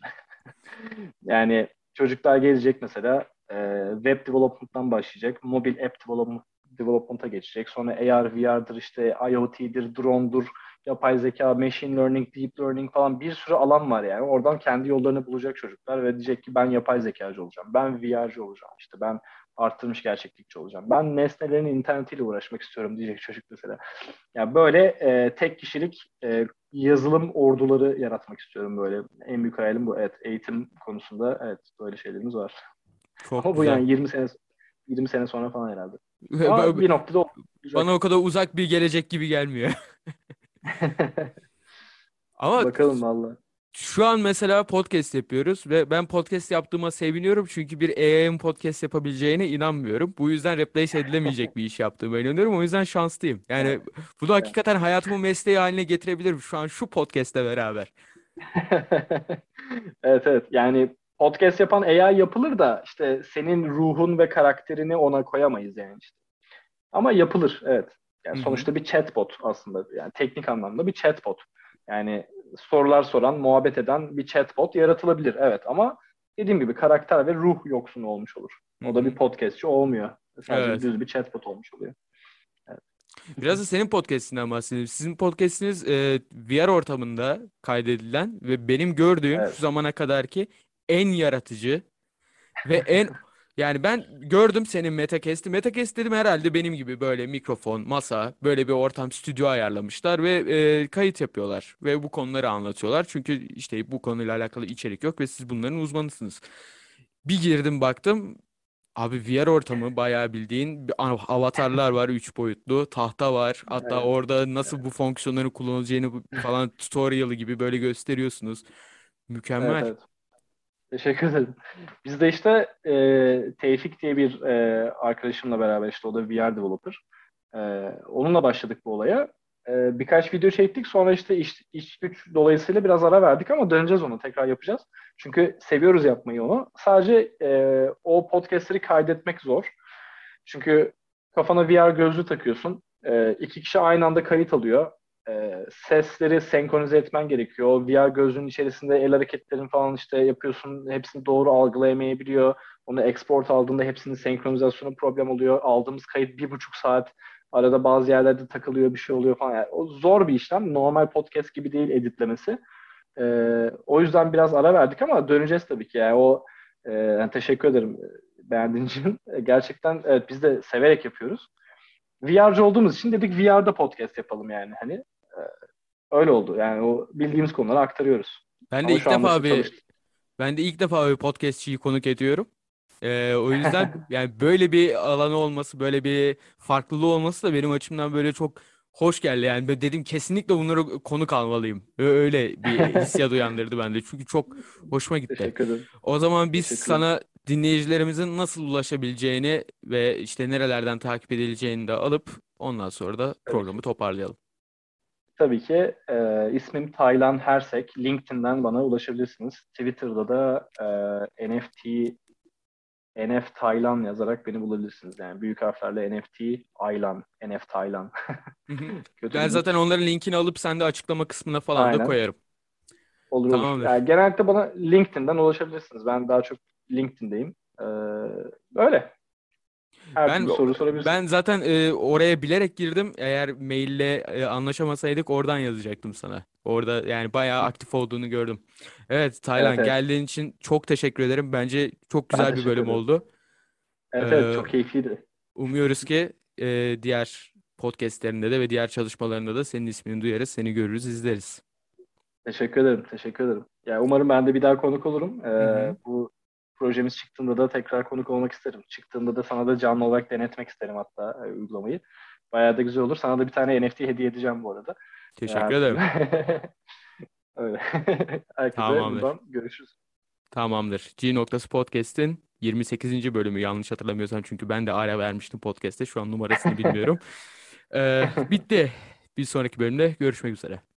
Yani çocuklar gelecek mesela e, web development'tan başlayacak. Mobil app development, development'a geçecek. Sonra A R, V R'dır, işte IoT'dir, drone'dur, yapay zeka, machine learning, deep learning falan bir sürü alan var yani. Oradan kendi yollarını bulacak çocuklar ve diyecek ki ben yapay zekacı olacağım. Ben V R'cı olacağım. İşte ben arttırmış gerçeklikçi olacağım. Ben nesnelerin internetiyle uğraşmak istiyorum diyecek çocuk mesela. Ya böyle e, tek kişilik e, yazılım orduları yaratmak istiyorum böyle. En büyük hayalim bu. Evet, eğitim konusunda evet böyle şeylerimiz var. Çok Ama bu güzel. yani yirmi sene yirmi sene sonra falan herhalde. Ama bir noktada Bana olacak. o kadar uzak bir gelecek gibi gelmiyor. Ama Bakalım valla. şu an mesela podcast yapıyoruz ve ben podcast yaptığıma seviniyorum çünkü bir A I'ın podcast yapabileceğine inanmıyorum. Bu yüzden replace edilemeyecek bir iş yaptığıma inanıyorum. O yüzden şanslıyım. Yani Evet. bunu Evet. hakikaten hayatımın mesleği haline getirebilirim şu an şu podcast'le beraber. Evet, evet. Yani podcast yapan A I yapılır da işte senin ruhun ve karakterini ona koyamayız yani işte. Ama yapılır, evet. Yani Hı hı. sonuçta bir chatbot aslında. Yani teknik anlamda bir chatbot. Yani sorular soran, muhabbet eden bir chatbot yaratılabilir, evet. Ama dediğim gibi karakter ve ruh yoksunu olmuş olur. Hı O da bir hı. podcastçi olmuyor. Sadece Evet. düz bir chatbot olmuş oluyor. Evet. Biraz da senin podcast'inden bahsedelim. Sizin podcast'iniz e, V R ortamında kaydedilen ve benim gördüğüm şu Evet. zamana kadarki en yaratıcı ve en yani ben gördüm senin Metacast'i. Metacast dedim herhalde benim gibi böyle mikrofon, masa, böyle bir ortam, stüdyo ayarlamışlar ve e, kayıt yapıyorlar ve bu konuları anlatıyorlar. Çünkü işte bu konuyla alakalı içerik yok ve siz bunların uzmanısınız. Bir girdim baktım. Abi V R ortamı bayağı bildiğin bir av- avatarlar var üç boyutlu, tahta var. Hatta Evet. orada nasıl bu fonksiyonları kullanılacağını bu- falan tutorial'ı gibi böyle gösteriyorsunuz. Evet, Mükemmel. evet. Teşekkür ederim. Biz de işte e, Tevfik diye bir e, arkadaşımla beraber işte o da V R developer. E, onunla başladık bu olaya. E, birkaç video çektik. Sonra işte iş, iş güç dolayısıyla biraz ara verdik ama döneceğiz onu tekrar yapacağız. Çünkü seviyoruz yapmayı onu. Sadece e, o podcastleri kaydetmek zor. Çünkü kafana V R gözlüğü takıyorsun. E, iki kişi aynı anda kayıt alıyor. E, sesleri senkronize etmen gerekiyor. O V R gözlüğün içerisinde el hareketlerini falan işte yapıyorsun. Hepsini doğru algılayamayabiliyor. Onu export aldığında hepsinin senkronizasyonu problem oluyor. Aldığımız kayıt bir buçuk saat. Arada bazı yerlerde takılıyor, bir şey oluyor falan. Yani o zor bir işlem. Normal podcast gibi değil editlemesi. E, o yüzden biraz ara verdik ama döneceğiz tabii ki. Yani o e, yani teşekkür ederim beğendiğin için. E, Gerçekten evet biz de severek yapıyoruz. V R'cı olduğumuz için dedik V R'da podcast yapalım yani hani. E, öyle oldu. Yani o bildiğimiz konuları aktarıyoruz. Ben de Ama ilk şu anda defa işte bir çalıştık. ben de ilk defa bir podcastçiyi konuk ediyorum. Ee, o yüzden yani böyle bir alanı olması, böyle bir farklılığı olması da benim açımdan böyle çok hoş geldi. Yani ben dedim kesinlikle bunları konuk almalıyım. Ö- Öyle bir hissiyat uyandırdı bende. Çünkü çok hoşuma gitti. Teşekkür ederim. O zaman biz Teşekkürler. sana dinleyicilerimizin nasıl ulaşabileceğini ve işte nerelerden takip edileceğini de alıp ondan sonra da Tabii ki. programı toparlayalım. Tabii ki e, ismim Taylan Hersek. LinkedIn'den bana ulaşabilirsiniz. Twitter'da da e, N F T N F Taylan yazarak beni bulabilirsiniz. Yani büyük harflerle N F T Aylan, N F Taylan. Hı hı. Kötü Ben zaten değil. onların linkini alıp sen de açıklama kısmına falan da Aynen. koyarım. Olur, olur. Tamamdır. Yani genellikle bana LinkedIn'den ulaşabilirsiniz. Ben daha çok LinkedIn'deyim. Ee, öyle. Her Ben türlü soru ben sorabilirsiniz. zaten e, oraya bilerek girdim. Eğer maille e, anlaşamasaydık oradan yazacaktım sana. Orada yani bayağı aktif olduğunu gördüm. Evet Evet, Taylan evet. geldiğin için çok teşekkür ederim. Bence çok Ben güzel bir teşekkür bölüm ederim. oldu. Evet, evet. Ee, Çok keyifliydi. umuyoruz ki e, diğer podcastlerinde de ve diğer çalışmalarında da senin ismini duyarız, seni görürüz, izleriz. Teşekkür ederim. Teşekkür ederim. Ya umarım ben de bir daha konuk olurum. Hı Ee, hı. bu projemiz çıktığında da tekrar konuk olmak isterim. Çıktığında da sana da canlı olarak denetmek isterim hatta e, uygulamayı. Bayağı da güzel olur. Sana da bir tane N F T hediye edeceğim bu arada. E, Teşekkür her türlü. ederim. Öyle. Herkese Tamamdır. buradan görüşürüz. Tamamdır. G Noktası Podcast'in yirmi sekizinci bölümü yanlış hatırlamıyorsam çünkü ben de ara vermiştim podcast'te. Şu an numarasını bilmiyorum. Ee, bitti. Bir sonraki bölümde görüşmek üzere.